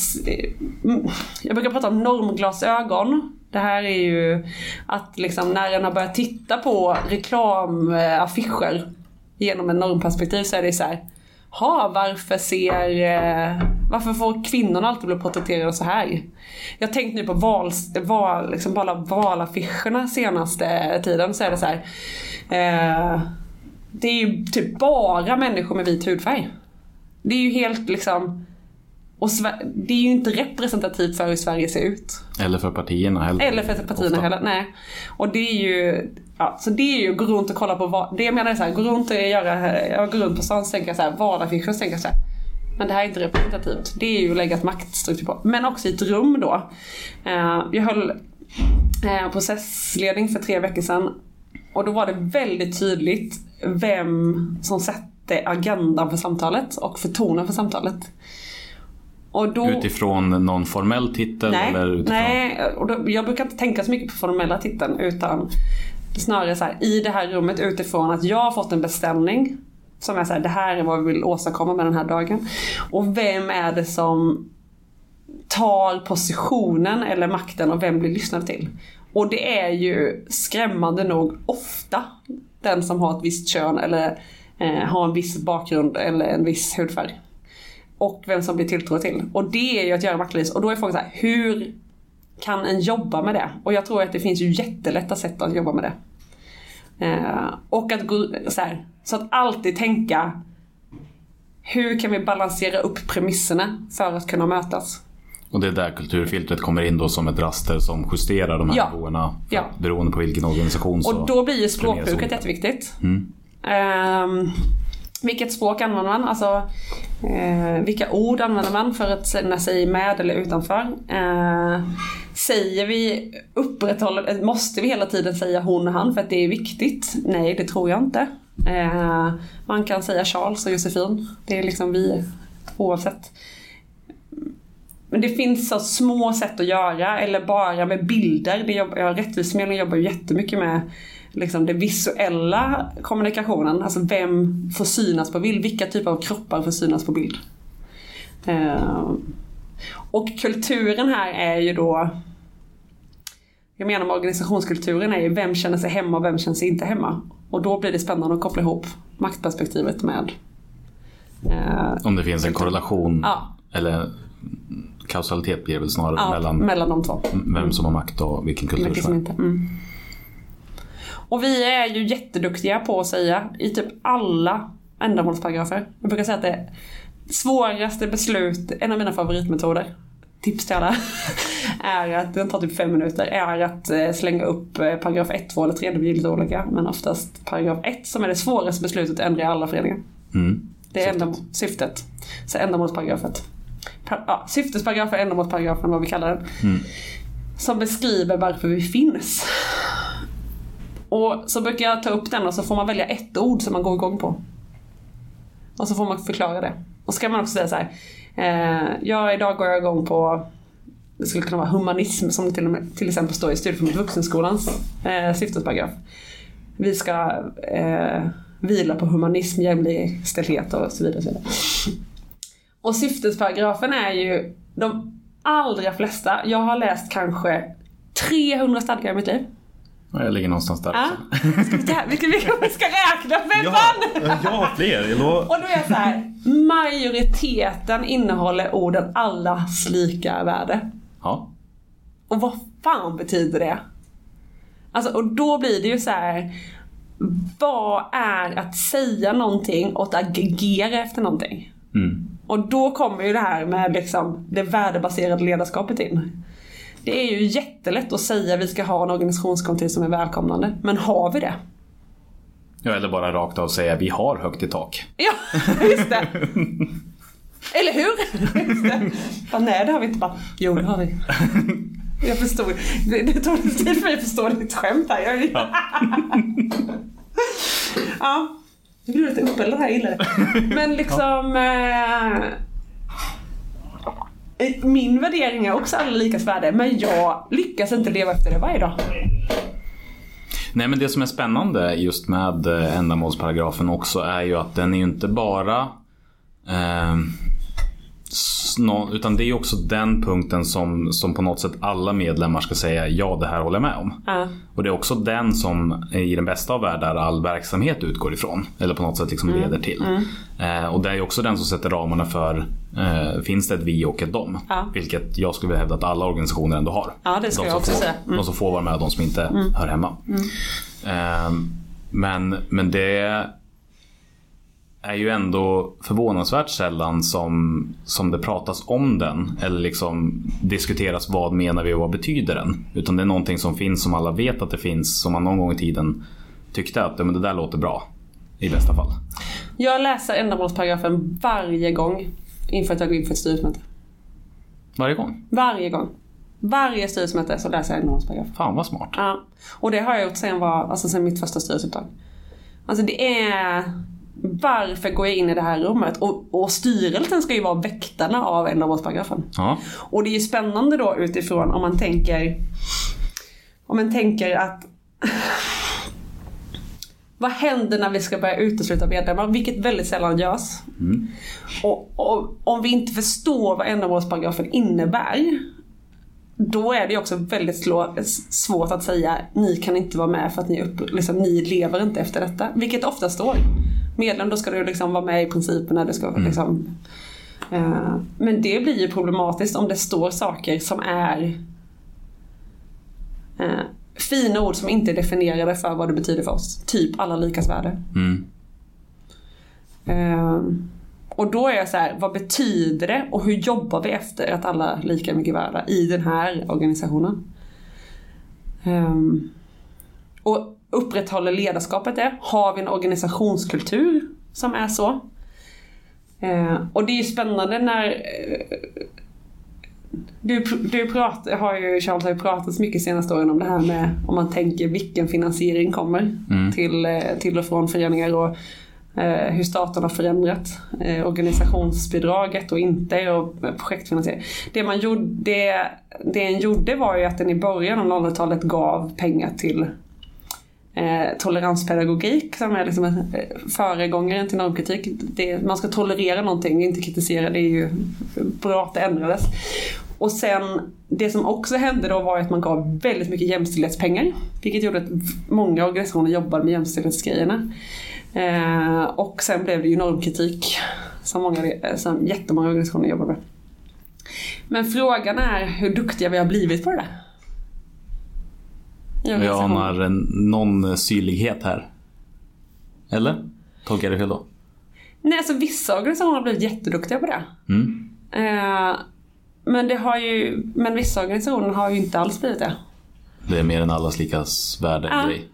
Jag brukar prata om normglasögon. Det här är ju att liksom när en har börjat titta på reklamaffischer genom en normperspektiv, så är det så här. Ha, varför ser... Varför får kvinnorna alltid bli porträtterade så här? Jag tänkte nu på val, val, liksom bara valaffischerna senaste tiden, så är det så här. Eh, det är ju typ bara människor med vit hudfärg. Det är ju helt liksom... Och det är ju inte representativt för hur Sverige ser ut. Eller för partierna heller. Eller för partierna ofta. heller, nej. Och det är ju... Ja, så det är ju gå runt och kolla på vad... Det jag menar är så här, gå runt och göra... Jag går runt på stan och tänker så här, valaffischer och tänker så här. Men det här är inte representativt. Det är ju lägga ett maktstruktur på. Men också i ett rum då. Jag höll processledning för tre veckor sedan. Och då var det väldigt tydligt vem som sätter agendan för samtalet och för tonen för samtalet. Och då, utifrån någon formell titel? Nej, eller utifrån... nej och då, jag brukar inte tänka så mycket på formella titeln, utan snarare så här, i det här rummet utifrån att jag har fått en beställning som är så här, det här är vad vi vill åstadkomma med den här dagen. Och vem är det som tar positionen eller makten och vem blir lyssnad till? Och det är ju skrämmande nog ofta den som har ett visst kön eller eh, har en viss bakgrund eller en viss hudfärg. Och vem som blir tilltro till. Och det är ju att göra maktlös. Och då är frågan så här, hur kan en jobba med det? Och jag tror att det finns ju jättelätta sätt att jobba med det. Eh, och att gå så här, så att alltid tänka, hur kan vi balansera upp premisserna för att kunna mötas? Och det är där kulturfiltret kommer in då som ett raster som justerar de här ja. nivåerna ja. beroende på vilken organisation. Och då blir ju språkbruket jätteviktigt. Mm. Um, vilket språk använder man? Alltså, uh, vilka ord använder man för att känna sig med eller utanför? Uh, säger vi upprätthåller, måste vi hela tiden säga hon och han för att det är viktigt? Nej, det tror jag inte. Uh, man kan säga Charles och Josefin. Det är liksom vi oavsett. Men det finns så små sätt att göra, eller bara med bilder. Det jobbar, jag rättvisförmedling jobbar ju jättemycket med liksom den visuella kommunikationen. Alltså vem får synas på bild? Vilka typer av kroppar får synas på bild? Uh, och kulturen här är ju då, jag menar med organisationskulturen är ju vem känner sig hemma och vem känner sig inte hemma. Och då blir det spännande att koppla ihop maktperspektivet med uh, om det finns en korrelation ja. eller kausalitet blir det väl snarare ja, mellan, mellan de två. Vem som har makt och vilken kultur som inte. Mm. Och vi är ju jätteduktiga på att säga i typ alla ändamålsparagrafer. Jag brukar säga att det svåraste beslut, en av mina favoritmetoder, tips till alla, är att, den tar typ fem minuter, är att slänga upp paragraf ett, två eller tre, det blir lite olika, men oftast paragraf ett som är det svåraste beslutet att ändra i alla föreningar. Mm. Det är syftet. Ända, syftet. Så ändamålsparagrafet. Ja, syftesparagraf är ändamålsparagrafen, vad vi kallar den. Mm. Som beskriver varför vi finns. Och så brukar jag ta upp den och så får man välja ett ord som man går igång på. Och så får man förklara det. Och så kan man också säga så här. Eh, ja, idag går jag igång på, det skulle kunna vara humanism som till, och med, till exempel står i Studieförbundet Vuxenskolans eh, syftesparagraf. Vi ska eh, vila på humanism, jämlikhet och så vidare. Och, så vidare. Och syftesparagrafen är ju de allra flesta. Jag har läst kanske trehundra stadgar i mitt liv. Jag ligger någonstans där. Ja. Ska vi, ta, vi, ska, vi ska räkna fem ja, man. jag har fler. Jag lov... Och då är jag så här. Majoriteten innehåller orden allas lika värde. Ja. Och vad fan betyder det? Alltså, och då blir det ju så här. Vad är att säga någonting och att agera efter någonting? Mm. Och då kommer ju det här med liksom det värdebaserade ledarskapet in. Det är ju jättelätt att säga att vi ska ha en organisationskultur som är välkomnande. Men har vi det? Ja, eller bara rakt av säga vi har högt i tak. Ja, just det. Eller hur? Just det. Fan, nej, det har vi inte bara. Jo, det har vi. Jag förstår. Det, det tog en tid för mig att förstå ditt skämt här. Jag... Ja. Ja. Det blir lite uppeldat här illa. Men liksom... Eh, min värdering är också alla likas värde. Men jag lyckas inte leva efter det varje dag. Nej, men det som är spännande just med ändamålsparagrafen också är ju att den är ju inte bara eh, snå, utan det är ju också den punkten som, som på något sätt alla medlemmar ska säga ja, det här håller jag med om. Mm. Och det är också den som i den bästa av världar all verksamhet utgår ifrån eller på något sätt liksom mm. leder till. Mm. Eh, och det är ju också den som sätter ramarna för eh, finns det ett vi och ett dem. Ja. Vilket jag skulle vilja hävda att alla organisationer ändå har. Ja, det ska de jag också får, säga. Mm. De som får vara med och de som inte mm. hör hemma. Mm. Eh, men, men det är ju ändå förvånansvärt sällan som, som det pratas om den eller liksom diskuteras vad menar vi och vad betyder den. Utan det är någonting som finns som alla vet att det finns, som man någon gång i tiden tyckte att men det där låter bra i bästa fall. Jag läser ändamålsparagrafen varje gång inför att jag går in för ett styrelsemöte. Varje gång? Varje gång. Varje styrelsemöte så läser jag ändamålsparagrafen. Fan vad smart. Ja. Och det har jag gjort sen, var, alltså sen mitt första styrelseuppdrag. Alltså det är... Varför går jag in i det här rummet? Och, och styrelsen ska ju vara väktarna av ändamålsparagrafen. Ja. Och det är ju spännande då utifrån om man tänker om man tänker att vad händer när vi ska börja utesluta medlemmar? Vilket väldigt sällan görs. Mm. Och, och om vi inte förstår vad ändamålsparagrafen innebär, då är det också väldigt slå, svårt att säga ni kan inte vara med för att ni, upp, liksom, ni lever inte efter detta. Vilket ofta står. Medlem, då ska du liksom vara med i principerna. Du ska, mm. liksom, uh, men det blir ju problematiskt om det står saker som är uh, fina ord som inte är definierade för vad det betyder för oss. Typ alla likas värde. Mm. Uh, Och då är jag så här, vad betyder det och hur jobbar vi efter att alla är lika mycket värda i den här organisationen? Um, och upprätthåller ledarskapet det? Har vi en organisationskultur som är så? Uh, och det är ju spännande när uh, du, du pratar, har ju, Charles har ju pratat så mycket senaste åren om det här med om man tänker vilken finansiering kommer mm. till, till och från föreningar och eh, hur staten har förändrat eh, organisationsbidraget och inte och projektfinansiering. Det man gjorde, det, det en gjorde var ju att den i början av nolltalet gav pengar till eh, toleranspedagogik som är liksom en föregångare till normkritik. Det, man ska tolerera någonting, inte kritisera, det är ju bra att det ändrades. Och sen, det som också hände då var att man gav väldigt mycket jämställdhetspengar. Vilket gjorde att många organisationer jobbade med jämställdhetsgrejerna. Eh, och sen blev det ju normkritik som, många, som jättemånga organisationer jobbade med. Men frågan är hur duktiga vi har blivit på det där. Jag anar en, någon syrlighet här. Eller? Tolkar jag det fel då? Nej, alltså vissa organisationer har blivit jätteduktiga på det. Mm. Eh, Men, det har ju, men vissa organisationer har ju inte alls blivit det. Det är mer än allas likas värde ja. grej.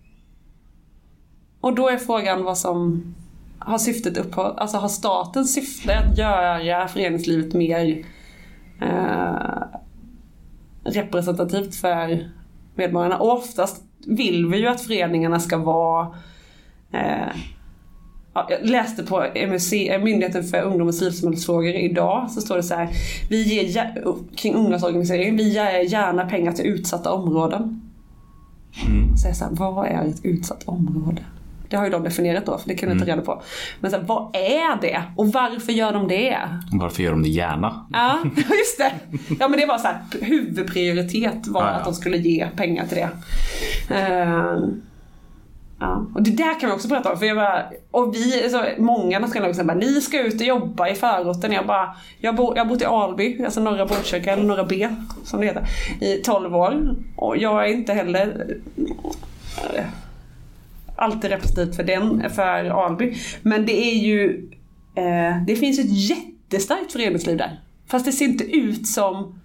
Och då är frågan vad som har syftet upp på, alltså har statens syfte att göra föreningslivet mer eh, representativt för medborgarna. Och oftast vill vi ju att föreningarna ska vara eh, jag läste på M U C, Myndigheten för ungdom- och civilsamhällsfrågor idag, så står det så här: vi ger kring ungdomsorganisering, vi ger gärna pengar till utsatta områden. Mm. Så jag så här, vad är ett utsatt område? Det har ju de definierat då, för det kan jag inte mm. reda på. Men så här, vad är det? Och varför gör de det? Varför gör de det gärna? Ja, just det. Ja, men det var så här, huvudprioritet var ah, ja. att de skulle ge pengar till det. Uh, Ja. Och det där kan vi också prata om, för jag bara, och vi, så många nationella säga, ni ska ut och jobba i förorten. Jag bara, jag bor, jag har bott i Alby, alltså norra Botkyrka, eller norra B som det heter, i tolv år. Och jag är inte heller äh, alltid representativ för den, för Alby. Men det är ju äh, det finns ett jättestarkt föreningsliv där. Fast det ser inte ut som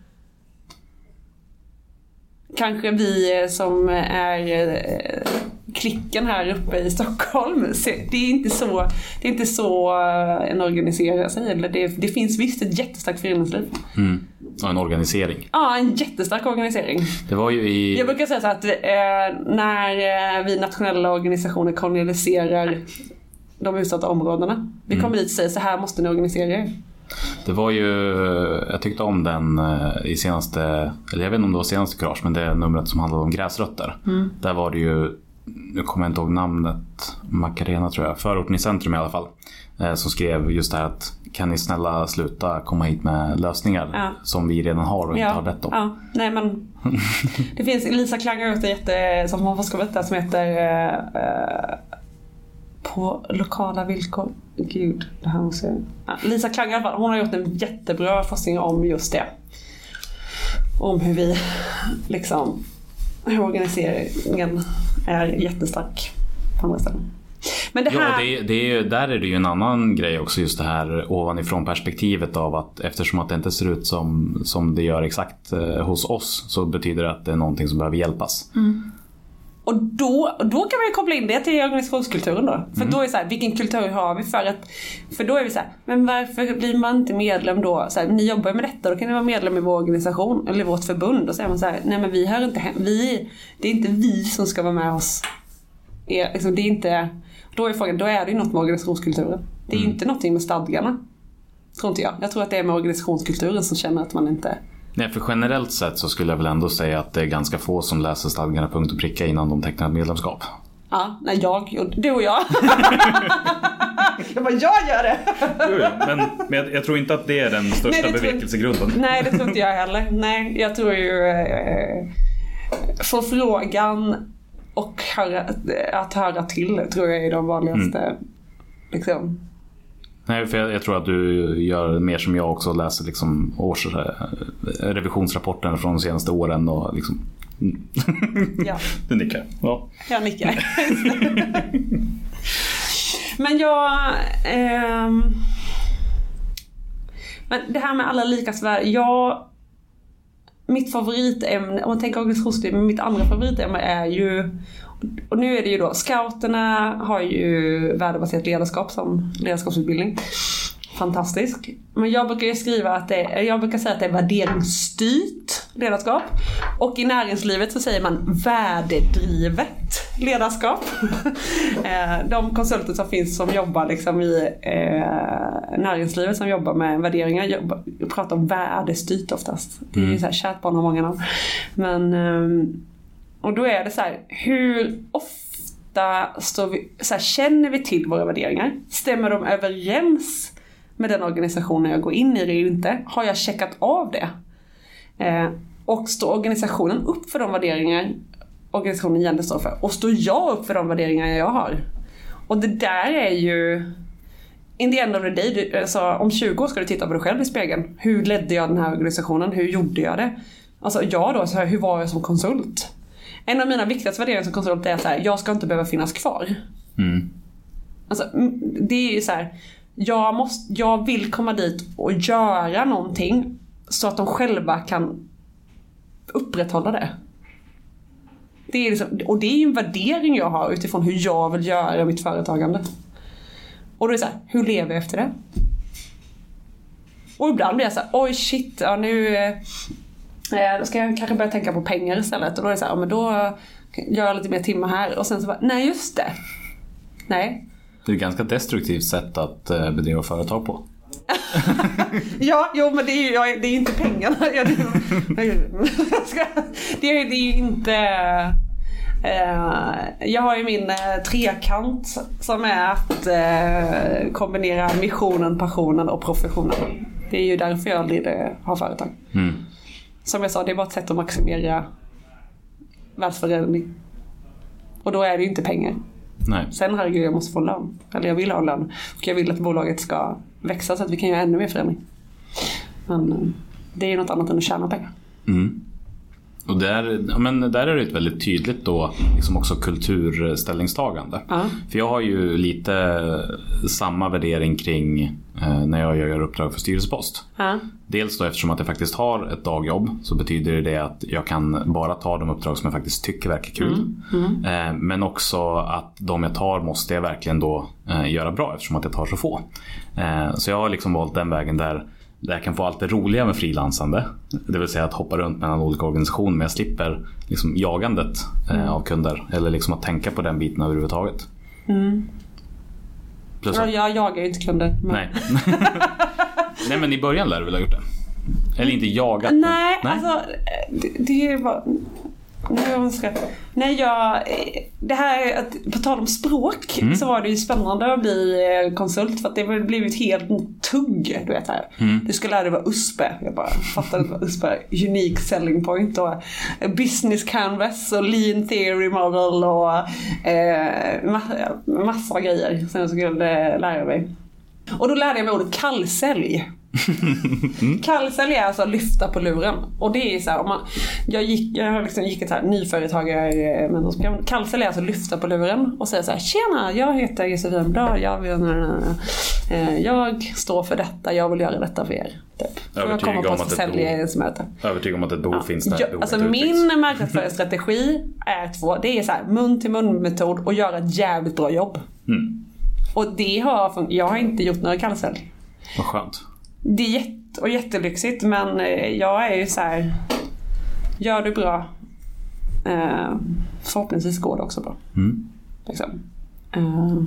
kanske vi som är äh, klicken här uppe i Stockholm. Det är inte så, det är inte så en organiserar sig. Eller det, det finns visst ett jättestarkt föreningsliv. Mm. Ja, en organisering. Ja, en jättestark organisering. Det var ju i... Jag brukar säga så att eh, när eh, vi nationella organisationer kolonialiserar de utsatta områdena. Vi kommer mm. dit och säger så här måste ni organisera er. Det var ju, jag tyckte om den i senaste, eller jag vet inte om det var senaste Courage, men det numret som handlade om gräsrötter. Mm. Där var det ju, nu kommer jag inte ihåg namnet, Macarena tror jag, förorten i centrum i alla fall, eh, som skrev just det här att kan ni snälla sluta komma hit med lösningar ja. som vi redan har och ja. inte har rätt om. Ja, nej men det finns Lisa Klangar ute jätte, som har forskat där som heter eh, på lokala villkor. Gud, det här måste jag... Ja, Lisa Klangar i alla fall, hon har gjort en jättebra forskning om just det. Om hur vi liksom, hur organiseringen är jättestark på andra ställen. Men det här... Ja, det, det är, där är det ju en annan grej också, just det här ovanifrån perspektivet av att eftersom att det inte ser ut som, som det gör exakt eh, hos oss, så betyder det att det är någonting som behöver hjälpas. Mm. Och då, då kan man ju koppla in det till organisationskulturen då. För mm. då är det så här, vilken kultur har vi för att... För då är vi så här, men varför blir man inte medlem då? Så här, ni jobbar med detta, då kan ni vara medlem i vår organisation eller vårt förbund. Och så är man så här, nej men vi hör inte hem, vi, det är inte vi som ska vara med oss. Er, liksom, det är inte... Då är frågan, då är det ju något med organisationskulturen. Det är ju mm. inte någonting med stadgarna. Tror inte jag. Jag tror att det är med organisationskulturen som känner att man inte... Nej, för generellt sett så skulle jag väl ändå säga att det är ganska få som läser stadgarna punkt och pricka innan de tecknar ett medlemskap. Ja, nej, jag, du och jag. Jag bara, jag gör det. men, men jag, jag tror inte att det är den största nej, bevekelsegrunden. Nej, det tror inte jag heller. Nej, jag tror ju eh, få frågan och höra, att höra till tror jag är de vanligaste mm. liksom. Nej, för jag, jag tror att du gör mer som jag också, läser liksom års revisionsrapporten från de senaste åren och liksom... Ja. Du nickar. Ja. Jag nickar. Men jag... Eh, Men det här med alla likas värde, jag... Mitt favoritämne, om man tänker organisationsliv, mitt andra favoritämne är ju... Och nu är det ju då, scouterna har ju värdebaserat ledarskap som ledarskapsutbildning. Fantastisk. Men jag brukar ju skriva att det, jag brukar säga att det är värderingsstyrt ledarskap. Och i näringslivet så säger man värdedrivet ledarskap. De konsulter som finns som jobbar liksom i eh, näringslivet som jobbar med värderingar jobbar, pratar om värdestyrt oftast. Det är ju så här kärt på många namn. Men eh, och då är det så här, hur ofta står vi, så här, känner vi till våra värderingar? Stämmer de överens med den organisationen jag går in i eller inte? Har jag checkat av det? Eh, och står organisationen upp för de värderingar organisationen egentligen står för? Och står jag upp för de värderingar jag har? Och det där är ju... In the end of the day, du, alltså, om tjugo år ska du titta på dig själv i spegeln. Hur ledde jag den här organisationen? Hur gjorde jag det? Alltså jag då, så här, hur var jag som konsult? En av mina viktigaste värderingar som konsult är så här, jag ska inte behöva finnas kvar. Mm. Alltså, det är ju så här, jag, måste, jag vill komma dit och göra någonting så att de själva kan upprätthålla det. Det är liksom, och det är ju en värdering jag har utifrån hur jag vill göra mitt företagande. Och då är det så här, hur lever jag efter det? Och ibland blir jag så här, oj shit, ja, nu eh, ska jag kanske börja tänka på pengar istället. Och då är det så här, ja, men då gör jag lite mer timmar här. Och sen så bara, nej just det. Nej. Det är ett ganska destruktivt sätt att eh, bedriva företag på. Ja, jo, men det är ju jag, det är inte pengarna. Jag, det, det, är, det är ju inte... Eh, jag har ju min eh, trekant som är att eh, kombinera missionen, passionen och professionen. Det är ju därför jag lider, har företag. Mm. Som jag sa, det är bara ett sätt att maximera världsförädling. Och då är det ju inte pengar. Nej. Sen herregud, jag måste få lön. Eller jag vill ha lön. Och jag vill att bolaget ska växa så att vi kan göra ännu mer förändring. Men det är ju något annat än att tjäna pengar. Mm. Och där, ja, men där är det ett väldigt tydligt då liksom också kulturställningstagande. Uh-huh. För jag har ju lite samma värdering kring eh, när jag gör uppdrag för styrelsepost. Uh-huh. Dels då eftersom att jag faktiskt har ett dagjobb så betyder det att jag kan bara ta de uppdrag som jag faktiskt tycker verkar kul. Mm. Mm. Eh, men också att de jag tar måste jag verkligen då eh, göra bra eftersom att jag tar så få. Eh, så jag har liksom valt den vägen där där jag kan få allt det roliga med frilansande. Det vill säga att hoppa runt mellan olika organisationer, men jag slipper liksom jagandet eh, mm. av kunder. Eller liksom att tänka på den biten överhuvudtaget. Mm. Plus ja, jag jagar ju inte kunder. Men... Nej. Nej, men i början lär du väl ha gjort det? Eller inte jagat? Nej, men... alltså det, det är bara... Nej, ska... Nej, jag... Det här, att, på tal om språk, mm. så var det ju spännande att bli konsult. För att det har blivit helt tugg, du vet här. Mm. Du ska lära dig vad U S P är. Jag bara fattade vad U S P är. Unique selling point och business canvas och lean theory model och eh, massa, massa grejer. Sen jag skulle lära mig. Och då lärde jag mig ordet kallsälj. Mm. Kallsälj är alltså lyfta på luren. Och det är så här, om man, jag gick jag liksom gick ett här nyföretagare men då kallsälj är alltså lyfta på luren och säga så här: tjena, jag heter Josefin Blad, jag vill, jag står för detta, jag vill göra detta för er. Typ. Jag kommer på att sälja ens möte. Övertygad om att ett behov ja. finns där. Jag, alltså min marknadsföringsstrategi är två. Det är så här mun till mun metod och göra ett jävligt bra jobb. Mm. Och det har jag har inte gjort några kallsälj. Vad skönt. Det är jätte, och jättelyxigt, men jag är ju så här, gör du bra, eh, förhoppningsvis går det också bra. Mm. Liksom. Eh,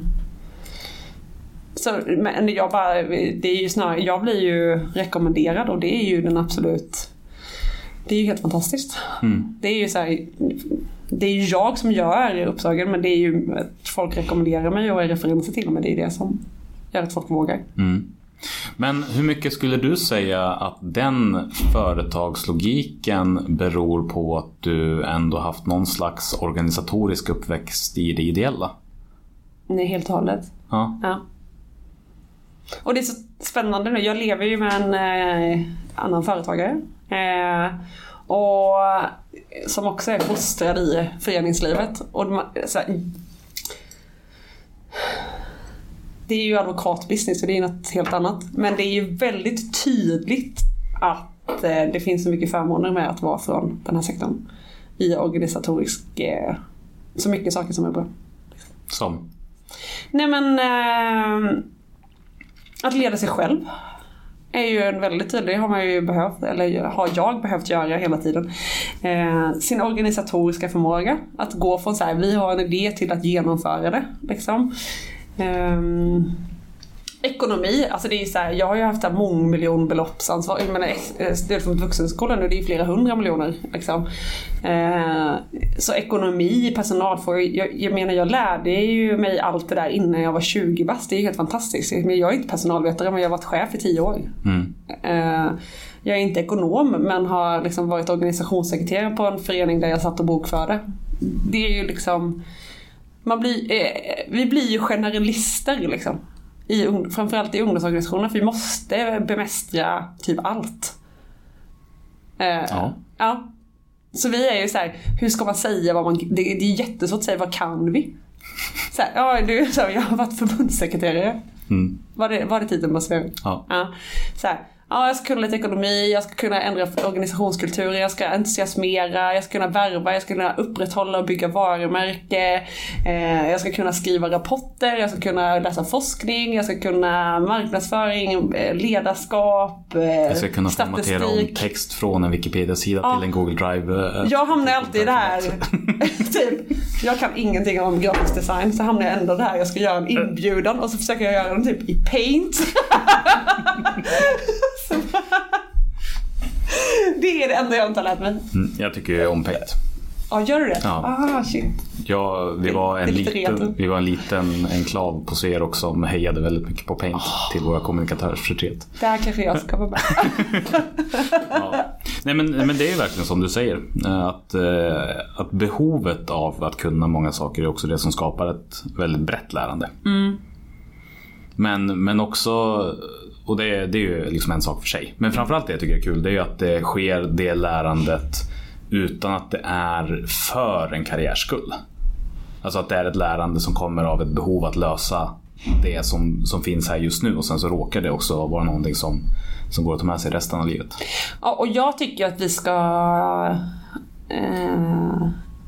så, men jag bara, det är ju snarare, jag blir ju rekommenderad och det är ju den absolut, det är ju helt fantastiskt. Mm. Det är ju så här, det är ju jag som gör uppdragen, men det är ju att folk rekommenderar mig och är referenser till mig, det är det som gör att folk vågar. Mm. Men hur mycket skulle du säga att den företagslogiken beror på att du ändå haft någon slags organisatorisk uppväxt i det ideella? Nej, helt och hållet. Ja. Ja. Och det är så spännande nu. Jag lever ju med en eh, annan företagare. Eh, och som också är fostrad i föreningslivet. Och så här, det är ju advokatbusiness och det är något helt annat. Men det är ju väldigt tydligt att eh, det finns så mycket förmåner med att vara från den här sektorn. I organisatorisk, eh, så mycket saker som är bra. Som? Nej men, eh, att leda sig själv är ju en väldigt tydlig, har man ju behövt, eller har jag behövt göra hela tiden. Eh, sin organisatoriska förmåga, att gå från så här, vi har en idé till att genomföra det, liksom. Eh, ekonomi, alltså det är så här, jag har ju haft mångmiljonbeloppsansvar, jag menar stöd från vuxenskolan nu, det är flera hundra miljoner liksom. Eh, så ekonomi, personalfrågor, jag, jag menar jag lärde ju mig allt det där innan jag var tjugo bast, det är helt fantastiskt. Men jag är inte personalvetare, men jag har varit chef i tio år. Mm. Eh, jag är inte ekonom, men har liksom varit organisationssekreterare på en förening där jag satt och bokförde. Det är ju liksom, man blir, eh, vi blir ju generalister liksom. I, framförallt i ungdomsorganisationer, för vi måste bemästra typ allt. Eh, ja. ja. Så vi är ju så här, hur ska man säga vad man, det, det är jättesvårt att säga, vad kan vi? Så här, ja, du, så här, jag har varit förbundssekreterare. Mm. Var det, var det titeln man säger? Ja. Ja. Så här, ja, jag ska kunna lite ekonomi, jag ska kunna ändra organisationskulturer, jag ska entusiasmera, jag ska kunna värva, jag ska kunna upprätthålla och bygga varumärke, eh, jag ska kunna skriva rapporter, jag ska kunna läsa forskning, jag ska kunna marknadsföring, ledarskap, eh, jag ska kunna formatera om text från en Wikipedia-sida ja. till en Google Drive. Eh, jag hamnar alltid där. typ, jag kan ingenting om grafisk design, så hamnar jag ändå där. Jag ska göra en inbjudan och så försöker jag göra den typ i Paint. Det är det enda jag inte har lärt mig. Mm, jag tycker ju om Paint. Ja, gör du det? Ja. Ah, shit. Ja, vi var en liten, vi var en liten enklav på Sverok som hejade väldigt mycket på Paint oh. till våra kommunikatörsförtret. Där kanske jag ska vara med. ja. Nej, men, men det är ju verkligen som du säger. Att, att behovet av att kunna många saker är också det som skapar ett väldigt brett lärande. Mm. Men, men också, och det, det är ju liksom en sak för sig. Men framförallt det jag tycker är kul, det är ju att det sker det lärandet utan att det är för en karriärskull. Alltså att det är ett lärande som kommer av ett behov att lösa det som, som finns här just nu. Och sen så råkar det också vara någonting som, som går att ta med sig resten av livet. Ja, och jag tycker att vi ska eh,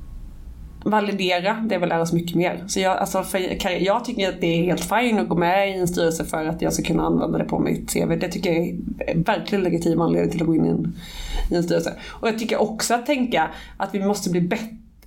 validera det vi lär oss mycket mer. Så jag, alltså för, jag tycker att det är helt fint att gå med i en styrelse för att jag ska kunna använda det på mitt C V. Det tycker jag är verkligen legitim anledning till att gå in i en, i en styrelse. Och jag tycker också att tänka att vi måste bli bättre.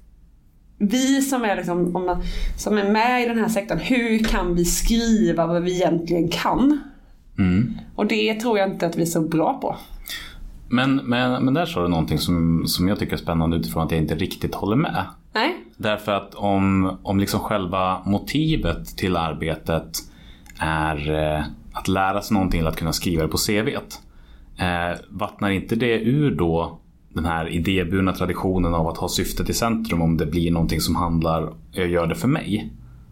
Vi som är, liksom, om man, som är med i den här sektorn, hur kan vi skriva vad vi egentligen kan? Mm. Och det tror jag inte att vi är så bra på. Men, men, men där sa du någonting som, som jag tycker är spännande utifrån att jag inte riktigt håller med. Nej. Därför att om, om liksom själva motivet till arbetet är eh, att lära sig någonting eller att kunna skriva det på C V:t, eh, vattnar inte det ur då den här idéburna traditionen av att ha syftet i centrum om det blir någonting som handlar, jag gör det för mig?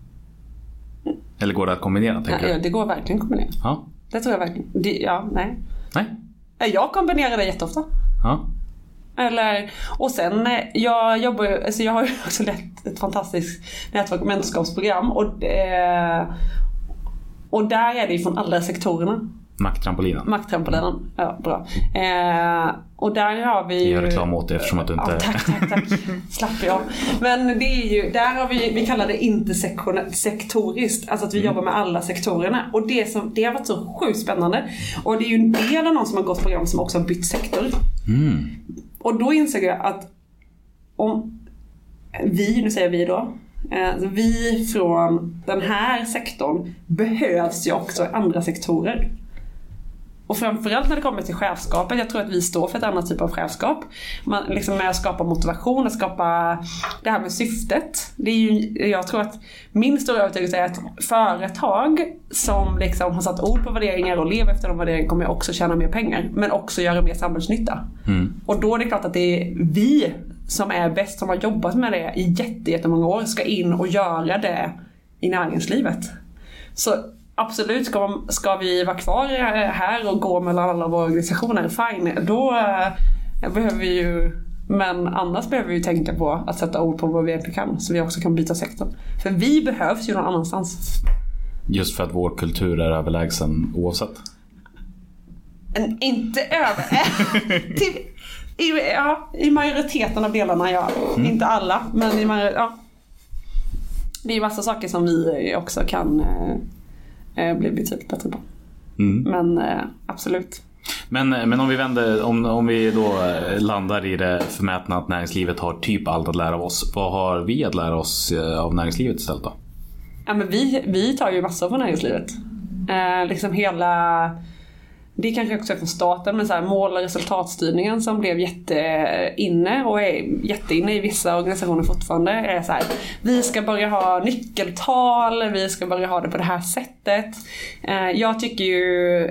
Eller går det att kombinera? Ja, ja, det går verkligen att kombinera. Ja. Det tror jag verkligen. Det, ja, nej. Nej. Jag kombinerar det jätteofta. Ja. Eller, och sen, jag jobbar alltså jag har ju också lett ett fantastiskt nätverk och mentorskapsprogram och, eh, och där är det från alla sektorerna. Makttrampolinen. Makttrampolinen, ja bra. Eh, och där har vi ju... Jag gör reklam åt det eftersom att du inte... Ja, tack, tack, tack. Slapp jag. Men det är ju, där har vi, vi kallar det intersektoriskt. Alltså att vi mm. jobbar med alla sektorerna. Och det, som, det har varit så sjukt spännande. Och det är ju en del av någon som har gått program som också har bytt sektor. Mm. Och då insåg jag att om vi, nu säger vi då, eh, vi från den här sektorn behövs ju också i andra sektorer. Och framförallt när det kommer till chefskapet, jag tror att vi står för ett annat typ av chefskap. Man, liksom med att skapa motivation, att skapa det här med syftet. Det är ju, jag tror att min stora övertygelse är att företag som liksom har satt ord på värderingar och lever efter de värderingarna kommer också tjäna mer pengar. Men också göra mer samhällsnytta. Mm. Och då är det klart att det är vi som är bäst, som har jobbat med det i jätte, jättemånga år, ska in och göra det i näringslivet. Så absolut, ska, ska vi vara kvar här och gå mellan alla våra organisationer, fine, då äh, behöver vi ju, men annars behöver vi ju tänka på att sätta ord på vad vi egentligen kan, så vi också kan byta sektor. För vi behövs ju någon annanstans. Just för att vår kultur är överlägsen oavsett? En, inte över... till, i, ja, i majoriteten av delarna, ja. Mm. Inte alla, men i major, ja. Det är massa saker som vi också kan eh, bli betydligt bättre på. Mm. Men eh, absolut. Men, men om vi vänder, om, om vi då landar i det förmätna att näringslivet har typ allt att lära av oss. Vad har vi att lära oss av näringslivet istället då? Ja, men vi, vi tar ju massor från näringslivet. Eh, liksom hela... Det är kanske också från staten, men så här, mål- och resultatstyrningen som blev jätteinne och är jätteinne i vissa organisationer fortfarande är så här: vi ska börja ha nyckeltal, vi ska börja ha det på det här sättet. Eh, jag tycker ju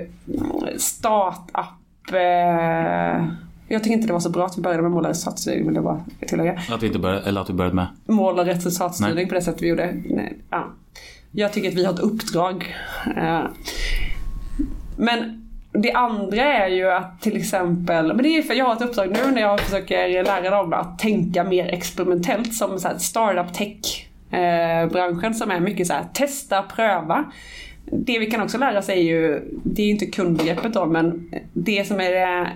startup, eh, jag tycker inte det var så bra att vi började med mål- och resultatstyrning, vill jag bara tillägga. Att vi inte började, eller att vi började med mål- och resultatstyrning. Nej. På det sättet vi gjorde. Nej, ja. Jag tycker att vi har ett uppdrag. Eh, men det andra är ju att till exempel, men det är för jag har ett uppdrag nu när jag försöker lära dem att tänka mer experimentellt som så här startup tech eh, branschen som är mycket så här testa, pröva. Det vi kan också lära sig är ju, det är ju inte kundbegreppet då, men det som är det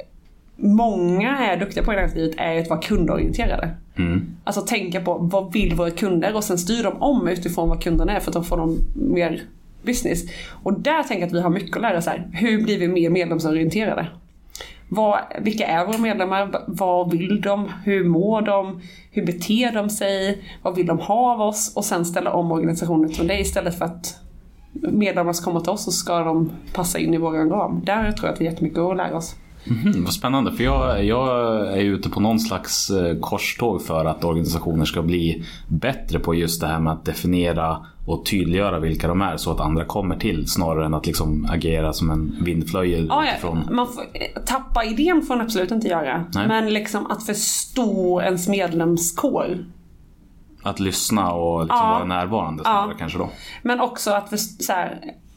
många är duktiga på i näringslivet är att vara kundorienterade. Mm. Alltså tänka på vad vill våra kunder och sen styr de om utifrån vad kunderna är för att de får dem mer business. Och där tänker jag att vi har mycket att lära sig. Hur blir vi mer medlemsorienterade? Vad, vilka är våra medlemmar? Vad vill de? Hur mår de? Hur beter de sig? Vad vill de ha av oss? Och sen ställa om organisationen utifrån det istället för att medlemmar ska komma till oss och ska de passa in i vår ram. Där tror jag att vi har jättemycket att lära oss. Mm, vad spännande, för jag, jag är ute på någon slags korståg för att organisationer ska bli bättre på just det här med att definiera och tydliggöra vilka de är så att andra kommer till snarare än att liksom agera som en vindflöjel. Ja, ja. Man får, tappa idén får man absolut inte göra. Nej. Men liksom att förstå ens medlemskår. Att lyssna och liksom ja. vara närvarande snarare ja. kanske då. Men också att för, så här,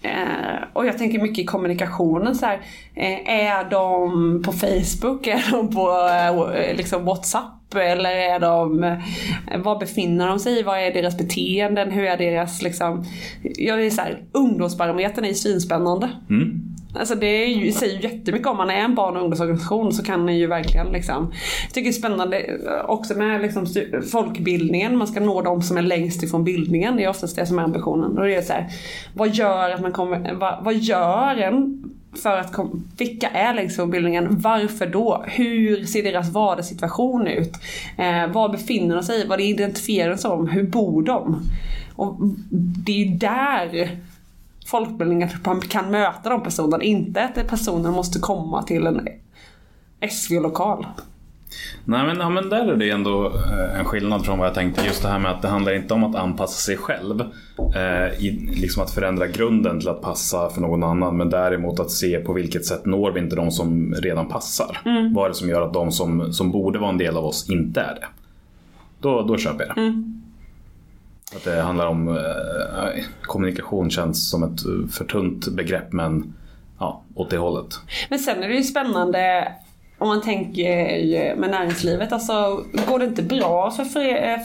och jag tänker mycket i kommunikationen så här, är de på Facebook, är de på liksom WhatsApp eller är de, var befinner de sig, vad är deras beteenden, hur är deras liksom, jag är så här, ungdomsbarometern är ju svinspännande. Mm. Alltså det är ju, säger ju jättemycket om man är en barn- och ungdomsorganisation så kan ni ju verkligen liksom, jag tycker det är spännande också med liksom folkbildningen, man ska nå dem som är längst ifrån bildningen, det är oftast det som är ambitionen. Och det är så här, vad gör att man kommer, vad, vad gör en för att kom, vilka är längst ifrån bildningen, varför då, hur ser deras vardagssituation ut, eh, var befinner de sig, vad det identifierar som, hur bor de, och det är ju där folkbildningen kan möta de personerna, inte att personen måste komma till en S V-lokal. Nej men, ja, men där är det ändå en skillnad från vad jag tänkte, just det här med att det handlar inte om att anpassa sig själv eh, i, liksom att förändra grunden till att passa för någon annan, men däremot att se på vilket sätt når vi inte de som redan passar. Mm. Vad är det som gör att de som, som borde vara en del av oss inte är det? Då, då köper jag det. Mm. Att det handlar om eh, kommunikation känns som ett för tunt begrepp, men ja, åt det hållet. Men sen är det ju spännande om man tänker med näringslivet, alltså går det inte bra för, för,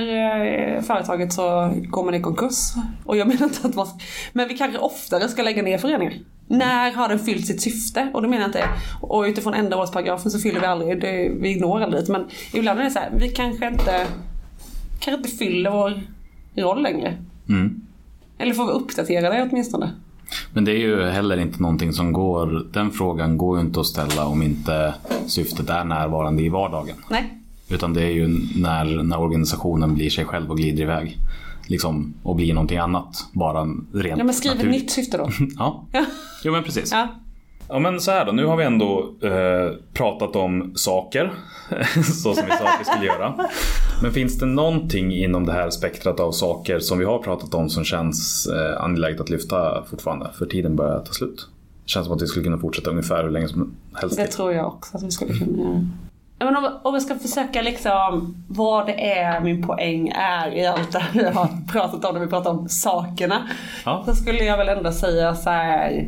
för företaget så går man i konkurs. Och jag menar inte att man, men vi kanske oftare ska lägga ner föreningar. När har den fyllt sitt syfte? Och då menar jag inte, och utifrån ändamålsparagrafen så fyller vi aldrig, det, vi når aldrig. Men ibland är det så här, vi kanske inte, kanske inte fyller vår roll längre. Mm. Eller får vi uppdatera det åtminstone? Men det är ju heller inte någonting som går, den frågan går ju inte att ställa om inte syftet är närvarande i vardagen. Nej. Utan det är ju när, när organisationen blir sig själv och glider iväg liksom, och blir någonting annat, bara rent ja, men skriv ett nytt syfte då. Ja, ja. Jo men precis. Ja. Ja men så här då, nu har vi ändå eh, pratat om saker så som vi sa att vi skulle göra. Men finns det någonting inom det här spektrat av saker som vi har pratat om som känns eh, angeläget att lyfta fortfarande? För tiden börjar ta slut. Det känns som att vi skulle kunna fortsätta ungefär hur länge som helst. Det tror jag också att vi skulle kunna göra. Men om, om vi ska försöka liksom vad det är min poäng är i allt det vi har pratat om när vi pratar om sakerna. Ja. Så skulle jag väl ändå säga så här...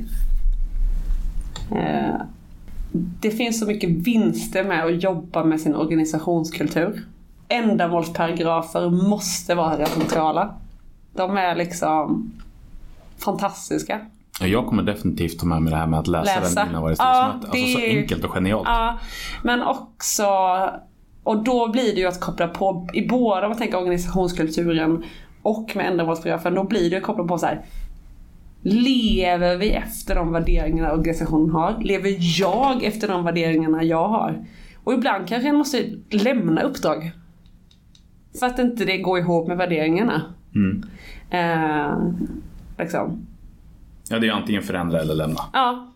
Eh, det finns så mycket vinster med att jobba med sin organisationskultur. Ändamålsparagrafer måste vara centrala. De är liksom fantastiska. Jag kommer definitivt ta med mig det här med att läsa, läsa. den innan varje styrelsemöte. Ja, alltså så enkelt och genialt. Ja, men också, och då blir det ju att koppla på i båda, om man tänker organisationskulturen och med ändamålsparagrafen, då blir det att koppla på så här: lever vi efter de värderingarna organisationen har? Lever jag efter de värderingarna jag har? Och ibland kanske jag måste lämna uppdrag för att inte det går ihop med värderingarna. Mm. Eh, liksom. Ja, det är antingen förändra eller lämna. Ja.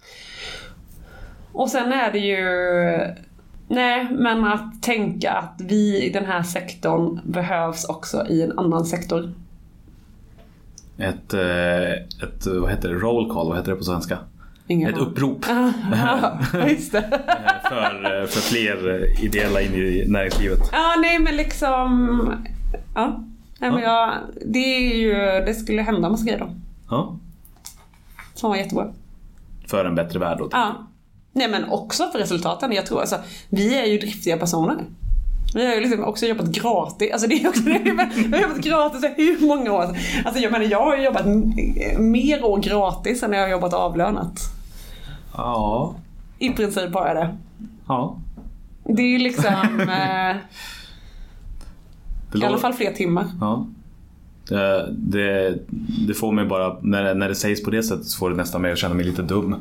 Och sen är det ju... Nej, men att tänka att vi i den här sektorn behövs också i en annan sektor. Ett, ett vad heter det? Roll call, vad heter det på svenska? Ingen ett upprop. Ja, just det. för, för fler ideella in i näringslivet. Ja, nej men liksom... Ja, nej, men jag, det är ju... Det skulle hända massa grejer då. Ja. Som var jättebra. För en bättre värld då? Ja. Nej, men också för resultaten. Jag tror alltså, vi är ju driftiga personer. Vi har ju liksom också jobbat gratis. Alltså det är också det. Vi har jobbat gratis i hur många år. Alltså jag menar, jag har ju jobbat mer år gratis än jag har jobbat avlönat. Ja. I princip bara det. Ja. Det är ju liksom... eh, I alla fall fler timmar. Ja. Det, det, det får mig bara, när, när det sägs på det sättet så får det nästan mig att känna mig lite dum.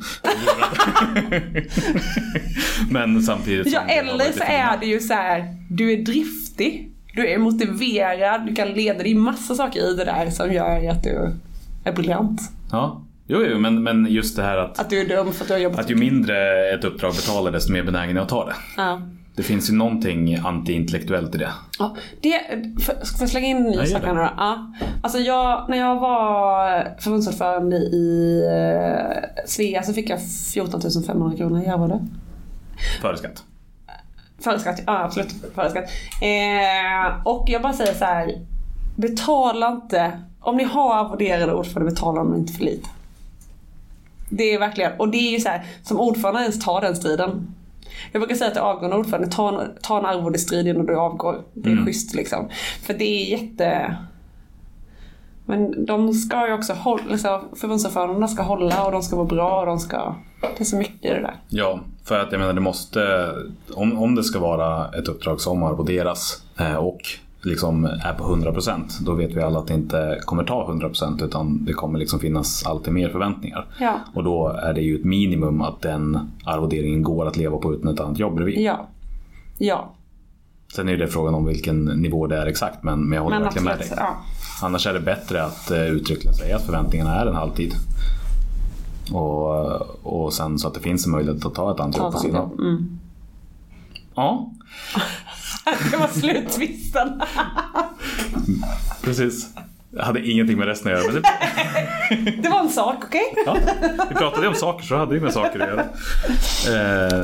Men samtidigt... Ja, eller så är det ju så här: du är driftig, du är motiverad, du kan leda dig massa saker i det där som gör att du är briljant. Ja, jo, jo men, men just det här att... Att du är dum för att du har jobbat... Att ju mindre ett uppdrag betalar, desto mer benägen är att ta det. Ja. Det finns ju någonting anti-intellektuellt i det. Ja, det... För, ska jag slänga in en ny sak här nu då? Ja. Alltså jag, när jag var förbundsordförande i uh, Svea så fick jag fjorton tusen femhundra kronor i arvode. Före skatt. Före skatt, ja absolut. Före skatt. Eh, och jag bara säger så här: betala inte... Om ni har arvoderade ordförande, betala dem inte för lite. Det är verkligen... Och det är ju så här, som ordförande ens tar den striden. Jag brukar säga till avgående ordförande, ta, ta en arvodestrid innan du avgår. Det är mm. schysst liksom. För det är jätte... Men de ska ju också hålla, liksom, förbundsordförandena ska hålla och de ska vara bra och de ska... Det är så mycket i det där. Ja, för att jag menar det måste... Om, om det ska vara ett uppdrag som arvoderas eh, och liksom är på hundra procent, då vet vi alla att det inte kommer ta hundra procent utan det kommer liksom finnas alltid mer förväntningar. Ja. Och då är det ju ett minimum att den arvoderingen går att leva på utan ett annat jobb bredvid. Ja. Ja. Sen är det frågan om vilken nivå det är exakt, men, men jag håller men verkligen med dig. Ja. Annars är det bättre att uh, uttryckligen säga att förväntningarna är en halvtid. Och, och sen så att det finns en möjlighet att ta ett annat jobb på sidan. Mm. Ja. Det var sluttvisten. Precis. Jag hade ingenting med resten att göra. Men det... det var en sak, okej? Okay? Ja, vi pratade om saker så hade vi med saker att göra. Eh...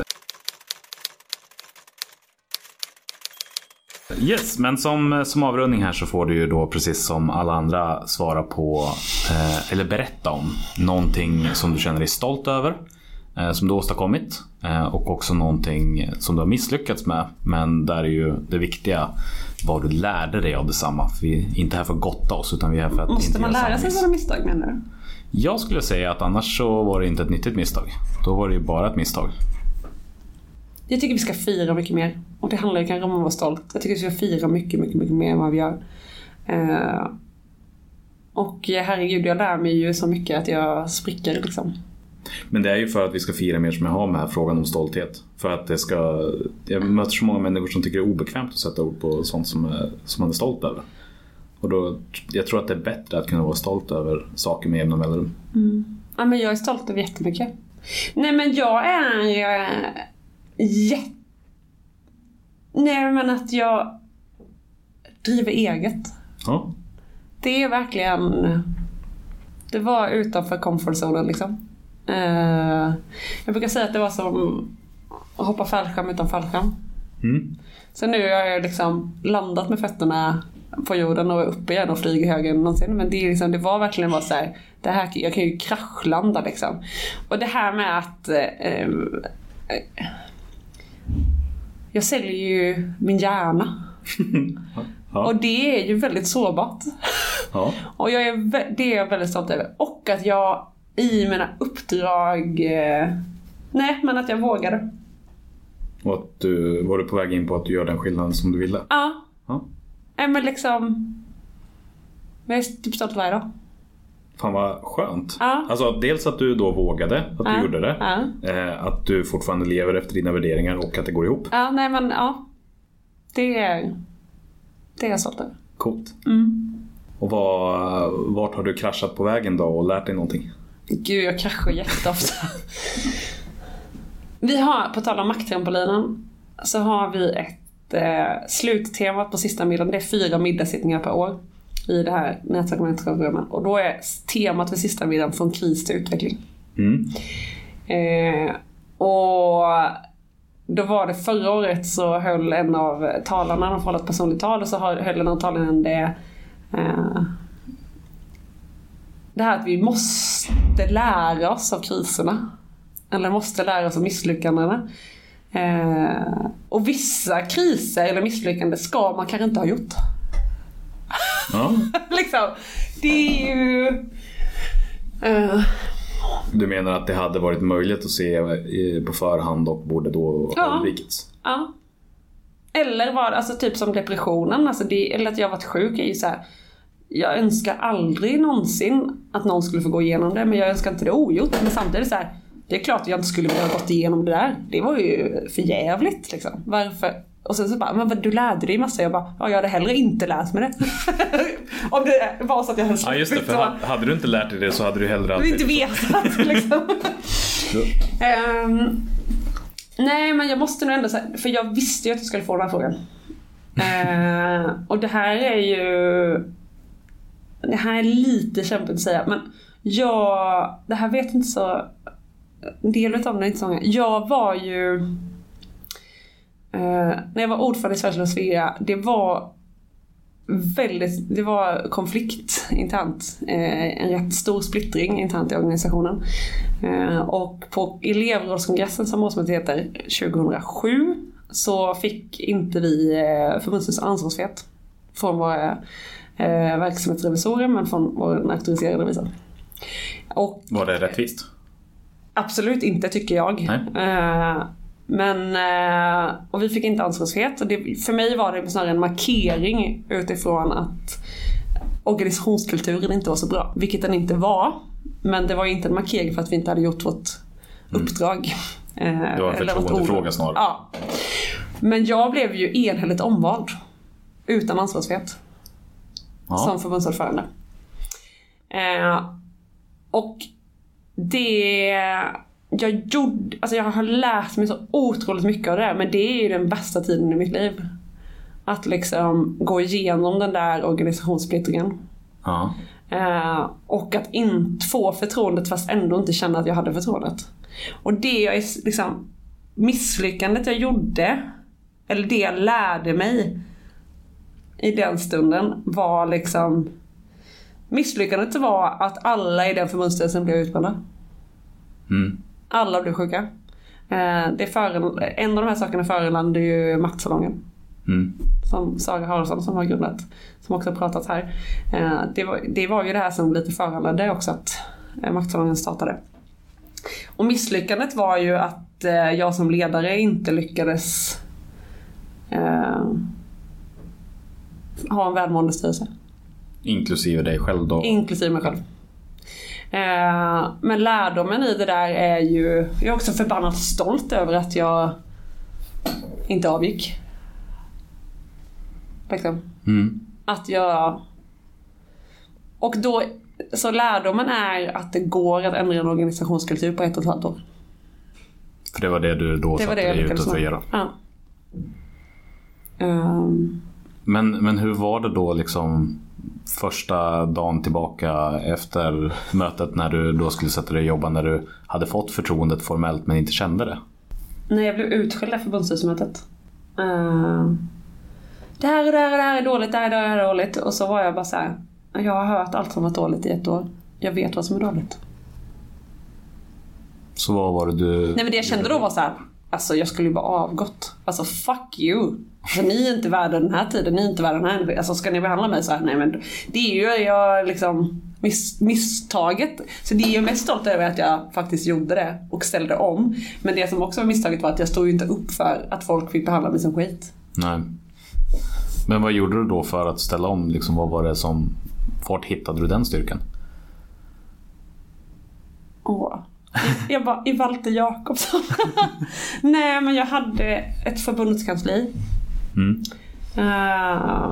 Yes, men som, som avrundning här så får du ju då precis som alla andra svara på eh, eller berätta om någonting som du känner dig stolt över. Som du har åstadkommit och också någonting som du har misslyckats med, men där är ju det viktiga vad du lärde dig av detsamma, för vi är inte här för att gotta oss utan vi är här för att måste inte man lära sig sådana misstag, menar du? Jag skulle säga att annars så var det inte ett nyttigt misstag, då var det ju bara ett misstag. Jag tycker vi ska fira mycket mer, och det handlar ju kanske om att vara stolt. Jag tycker vi ska fira mycket, mycket, mycket mer än vad vi gör. uh, och herregud, jag lär mig ju så mycket att jag spricker liksom. Men det är ju för att vi ska fira mer som jag har med här frågan om stolthet. För att det ska... Jag möter så många människor som tycker det är obekvämt att sätta ord på sånt som, är, som man är stolt över. Och då, jag tror att det är bättre att kunna vara stolt över saker med jämna mellanrum. Mm. Ja, men jag är stolt över jättemycket. Nej, men jag är ju... Jätte... Nej, men att jag driver eget. Ja. Det är verkligen... Det var utanför comfortzonen liksom. Uh, jag brukar säga att det var som att hoppa fallskärm utan fallskärm. Mm. Så nu har jag liksom landat med fötterna på jorden och uppe igen och flyger högre än någonsin. Men det, är liksom, det var verkligen bara så här, det här, jag kan ju kraschlanda liksom. Och det här med att uh, uh, jag säljer ju min hjärna. Ja. Och det är ju väldigt sårbart. Ja. Och jag är, det är jag väldigt stolt över. Och att jag i mina uppdrag... Eh, nej, men att jag vågade. Och att du var du på väg in på att du gör den skillnaden som du ville? Ja. Ja. Nej, men liksom... Men jag är typ stolt varje dag. Fan vad skönt. Ja. Alltså dels att du då vågade, att du ja. gjorde det. Ja. Eh, att du fortfarande lever efter dina värderingar och att det går ihop. Ja, nej men ja. Det är... Det är jag stolt över. Coolt. Mm. Och vad, vart har du kraschat på vägen då och lärt dig någonting? Gud, jag kraschar jätteofta. Vi har, på tal om makttrampolinen, så har vi ett eh, sluttema på sista middagen. Det är fyra middagssittningar per år i det här nätverksrummet. Och då är temat för sista middagen från kris till utveckling. Mm. Eh, och då var det förra året så höll en av talarna, de får hålla ett personligt tal, och så höll en av talarna det eh, det här att vi måste lära oss av kriserna. Eller måste lära oss av misslyckandena. Eh, och vissa kriser eller misslyckanden ska man kanske inte ha gjort. Ja. liksom, det är ju... Eh, Du menar att det hade varit möjligt att se på förhand och borde då ha ja. undvikits? Ja. Eller var det, alltså typ som depressionen, alltså det, eller att jag varit sjuk är ju så här. Jag önskar aldrig någonsin att någon skulle få gå igenom det, men jag önskar inte det ogjort. Men samtidigt så här, det är klart att jag inte skulle vilja ha gått igenom det där. Det var ju för jävligt liksom. Varför? Och sen så bara, men vad, du lärde dig massa. Jag bara, ja, jag hade hellre inte lärt mig det. Om det var så att jag hade Ja just det, för hade, hade du inte lärt dig det så hade du hellre alltid... Du inte vetat liksom. um, nej, men jag måste nog ändå säga, för jag visste ju att jag skulle få den här frågan. uh, och det här är ju... Det här är lite kämpigt att säga, men jag... Det här vet inte så... En del av det är inte så många. Jag var ju... Uh, när jag var ordförande i Sveriges Svea, det var väldigt, det var konflikt internt, uh, en rätt stor splittring internt i organisationen. Uh, och på elevrådskongressen som måste heter tjugohundrasju så fick inte vi uh, förbundets ansvarsfrihet från våra uh, verksamhetsrevisorer, men från vår auktoriserade revisor. Och, var det rättvist? Absolut inte, tycker jag. Uh, Men, och vi fick inte ansvarsfrihet. Och det, för mig var det snarare en markering utifrån att organisationskulturen inte var så bra. Vilket den inte var. Men det var inte en markering för att vi inte hade gjort vårt uppdrag. Mm. Det var en förtroendefråga snarare. Ja. Men jag blev ju enhälligt omvald. Utan ansvarsfrihet. Ja. Som förbundsordförande. Eh, och det... Jag, gjorde, alltså jag har lärt mig så otroligt mycket av det där, men det är ju den bästa tiden i mitt liv. Att liksom gå igenom den där organisationssplittringen. Ja. Eh, och att inte få förtroendet fast ändå inte känna att jag hade förtroendet. Och det jag liksom, misslyckandet jag gjorde, eller det jag lärde mig i den stunden var liksom, misslyckandet var att alla i den förbundsstyrelsen blev utbrända. Mm. Alla blev sjuka. Eh, det är för, en av de här sakerna förelandade ju Maktsalongen. Mm. Som Saga Haraldsson som har grundat, som också har pratat här. Eh, det, var, det var ju det här som lite förelandade också att eh, Maktsalongen startade. Och misslyckandet var ju att eh, jag som ledare inte lyckades eh, ha en välmående styrelse. Inklusive dig själv då? Inklusive mig själv. Eh, men lärdomen i det där är ju, jag är också förbannat stolt över att jag inte avgick. Liksom. Mm. Att jag, och då, så lärdomen är att det går att ändra en organisationskultur på ett och ett halvt år. För det var det du då det satte dig ut att göra? Ja. Um. Men, men hur var det då liksom första dagen tillbaka efter mötet när du då skulle sätta dig och jobba, när du hade fått förtroendet formellt men inte kände det? När jag blev utskälld efter förbundsstyrelsemötet. Uh, det här och det här och det här är dåligt, det här och det här är dåligt. Och så var jag bara så här, jag har hört allt som var dåligt i ett år. Jag vet vad som är dåligt. Så vad var det du... Nej, men det jag kände då var så här, alltså jag skulle ju bara avgått. Alltså fuck you. Alltså, ni är inte värda den här tiden, ni är inte värda den här. Alltså ska ni behandla mig så här? Nej, men det är ju jag liksom miss, misstaget. Så det är ju mest stolt över att jag faktiskt gjorde det och ställde om. Men det som också var misstaget var att jag stod ju inte upp för att folk fick behandla mig som skit. Nej. Men vad gjorde du då för att ställa om? Liksom, vad var det som... Vart hittade du den styrkan? Åh. Jag var i Walter Jakobsson. Nej, men jag hade ett förbundskansli. Mm. Uh,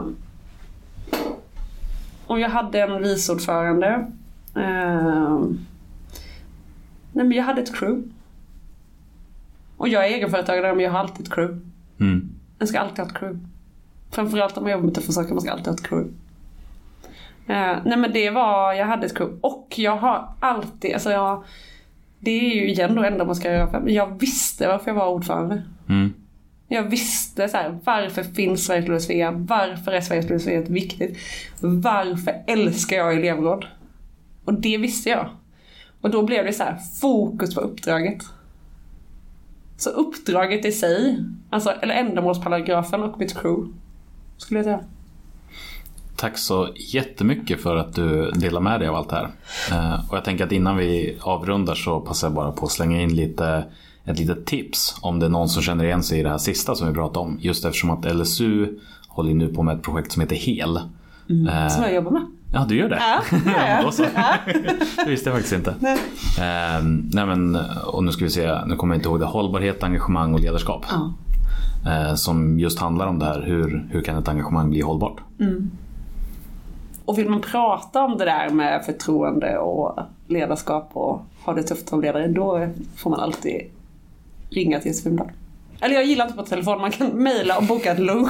och jag hade en viceordförande. Uh, nej, men jag hade ett crew. Och jag är egenföretagare, men jag har alltid ett crew. Mm. Jag ska alltid ha ett crew. Framförallt om jag jobbar med tuffa saker, man ska alltid ha ett crew. Uh, nej, men det var, jag hade ett crew. Och jag har alltid, alltså jag... Det är ju igen då enda man ska göra. Men jag visste varför jag var ordförande. Mm. Jag visste så här, varför finns Sveriges Lotto Svea? Varför är Sveriges Lotto Svea viktigt? Varför älskar jag elevråd? Och det visste jag. Och då blev det så här, fokus på uppdraget. Så uppdraget i sig, alltså, eller ändamålsparagrafen och mitt crew, skulle jag säga. Tack så jättemycket för att du delar med dig av allt det här. Eh, och jag tänker att innan vi avrundar så passar jag bara på att slänga in lite, ett litet tips om det är någon som känner igen sig i det här sista som vi pratade om. Just eftersom att L S U håller nu på med ett projekt som heter HEL. Mm, eh, som jag jobbar med. Ja, du gör det? Ja, ja, ja. så. Det visste jag faktiskt inte. Nej. Eh, nej men, och nu ska vi se, nu kommer jag inte ihåg det. Hållbarhet, engagemang och ledarskap. Ja. Eh, som just handlar om det här. Hur, hur kan ett engagemang bli hållbart? Mm. Och vill man prata om det där med förtroende och ledarskap och ha det tufft som ledare, då får man alltid ringa till Svimdal. Eller jag gillar inte på telefon, man kan mejla och boka ett lunch.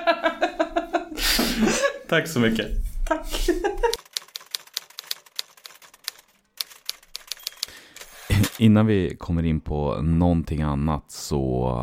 Tack så mycket. Tack. Innan vi kommer in på någonting annat så...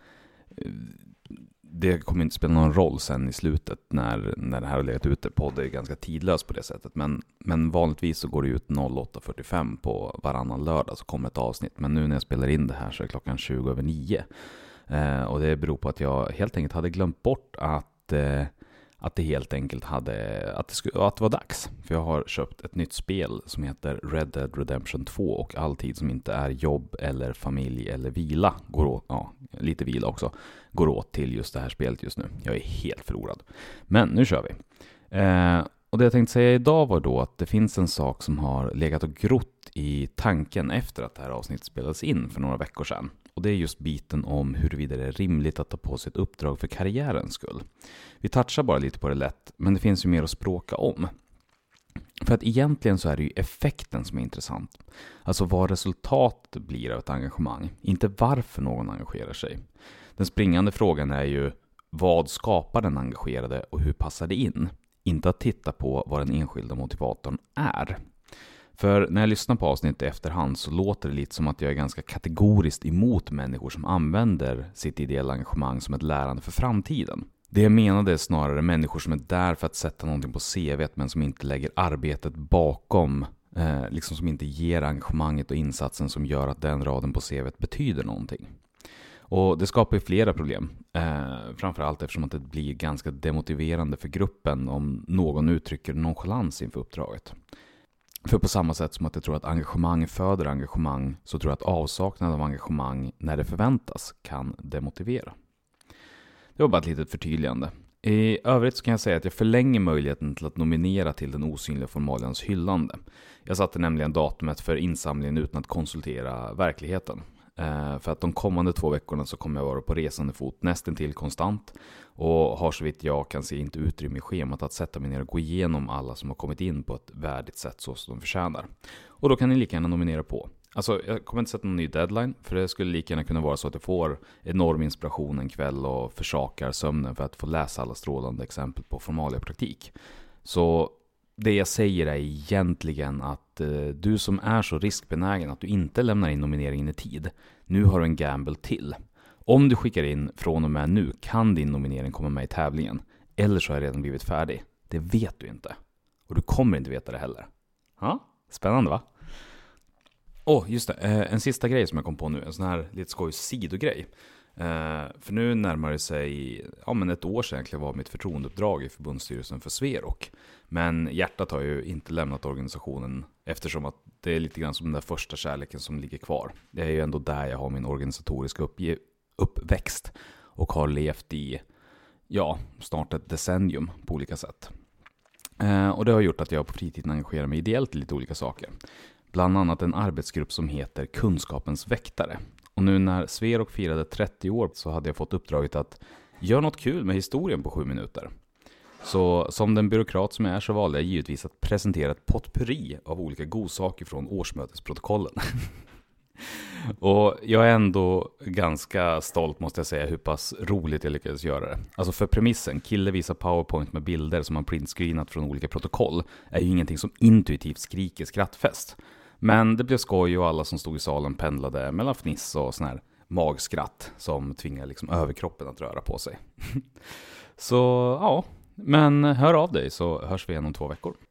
Det kommer inte spela någon roll sen i slutet när, när det här har legat ute. Podd är ganska tidlös på det sättet. Men, men vanligtvis så går det ut åtta fyrtiofem på varannan lördag så kommer ett avsnitt. Men nu när jag spelar in det här så är klockan tjugo över nio. Eh, och det beror på att jag helt enkelt hade glömt bort att, eh, att det helt enkelt hade, att det, skulle, att det var dags. För jag har köpt ett nytt spel som heter Red Dead Redemption två. Och all tid som inte är jobb eller familj eller vila går åt, ja, lite vila också, går åt till just det här spelet just nu. Jag är helt förlorad. Men nu kör vi. Eh, och det jag tänkte säga idag var då att det finns en sak som har legat och grott i tanken efter att det här avsnittet spelades in för några veckor sedan. Och det är just biten om huruvida det är rimligt att ta på sig ett uppdrag för karriärens skull. Vi touchar bara lite på det lätt, men det finns ju mer att språka om. För att egentligen så är det ju effekten som är intressant. Alltså vad resultatet blir av ett engagemang. Inte varför någon engagerar sig. Den springande frågan är ju vad skapar den engagerade och hur passar det in? Inte att titta på vad den enskilda motivatorn är. För när jag lyssnar på avsnitt i efterhand så låter det lite som att jag är ganska kategoriskt emot människor som använder sitt ideella engagemang som ett lärande för framtiden. Det jag menade är snarare människor som är där för att sätta någonting på C V:t men som inte lägger arbetet bakom, eh, liksom som inte ger engagemanget och insatsen som gör att den raden på C V:t betyder någonting. Och det skapar ju flera problem. Eh, framförallt eftersom att det blir ganska demotiverande för gruppen om någon uttrycker nonchalans inför uppdraget. För på samma sätt som att jag tror att engagemang föder engagemang så tror jag att avsaknad av engagemang när det förväntas kan demotivera. Det var bara ett litet förtydligande. I övrigt så kan jag säga att jag förlänger möjligheten till att nominera till den osynliga formalians hyllande. Jag satte nämligen datumet för insamlingen utan att konsultera verkligheten. Eh, för att de kommande två veckorna så kommer jag vara på resande fot nästan till konstant och har så vitt jag kan se inte utrymme i schemat att sätta mig ner och gå igenom alla som har kommit in på ett värdigt sätt så som de förtjänar. Och då kan ni lika gärna nominera på. Alltså jag kommer inte sätta någon ny deadline för det skulle lika gärna kunna vara så att jag får enorm inspiration en kväll och försakar sömnen för att få läsa alla strålande exempel på formalia praktik. Så det jag säger är egentligen att eh, du som är så riskbenägen att du inte lämnar in nomineringen i tid, nu har du en gamble till. Om du skickar in från och med nu kan din nominering komma med i tävlingen. Eller så har jag redan blivit färdig. Det vet du inte. Och du kommer inte veta det heller. Ja, spännande va? Åh, oh, just det. Eh, en sista grej som jag kom på nu. En sån här lite skoj sidogrej. För nu närmar det sig ja, men ett år sedan egentligen var mitt förtroendeuppdrag i förbundsstyrelsen för Sverok. Men hjärtat har ju inte lämnat organisationen eftersom att det är lite grann som den där första kärleken som ligger kvar. Det är ju ändå där jag har min organisatoriska uppge- uppväxt och har levt i ja, snart ett decennium på olika sätt. Och det har gjort att jag på fritiden engagerar mig ideellt i lite olika saker. Bland annat en arbetsgrupp som heter Kunskapens väktare. Och nu när Sverok firade trettio år så hade jag fått uppdraget att göra något kul med historien på sju minuter. Så som den byråkrat som jag är så valde jag givetvis att presentera ett potpurri av olika godsaker från årsmötesprotokollen. Och jag är ändå ganska stolt måste jag säga hur pass roligt jag lyckades göra det. Alltså för premissen, kille visar PowerPoint med bilder som man printscreenat från olika protokoll är ju ingenting som intuitivt skriker skrattfest. Men det blev skoj och alla som stod i salen pendlade mellan fniss och sån här magskratt som tvingar liksom överkroppen att röra på sig. Så ja, men hör av dig så hörs vi igen om två veckor.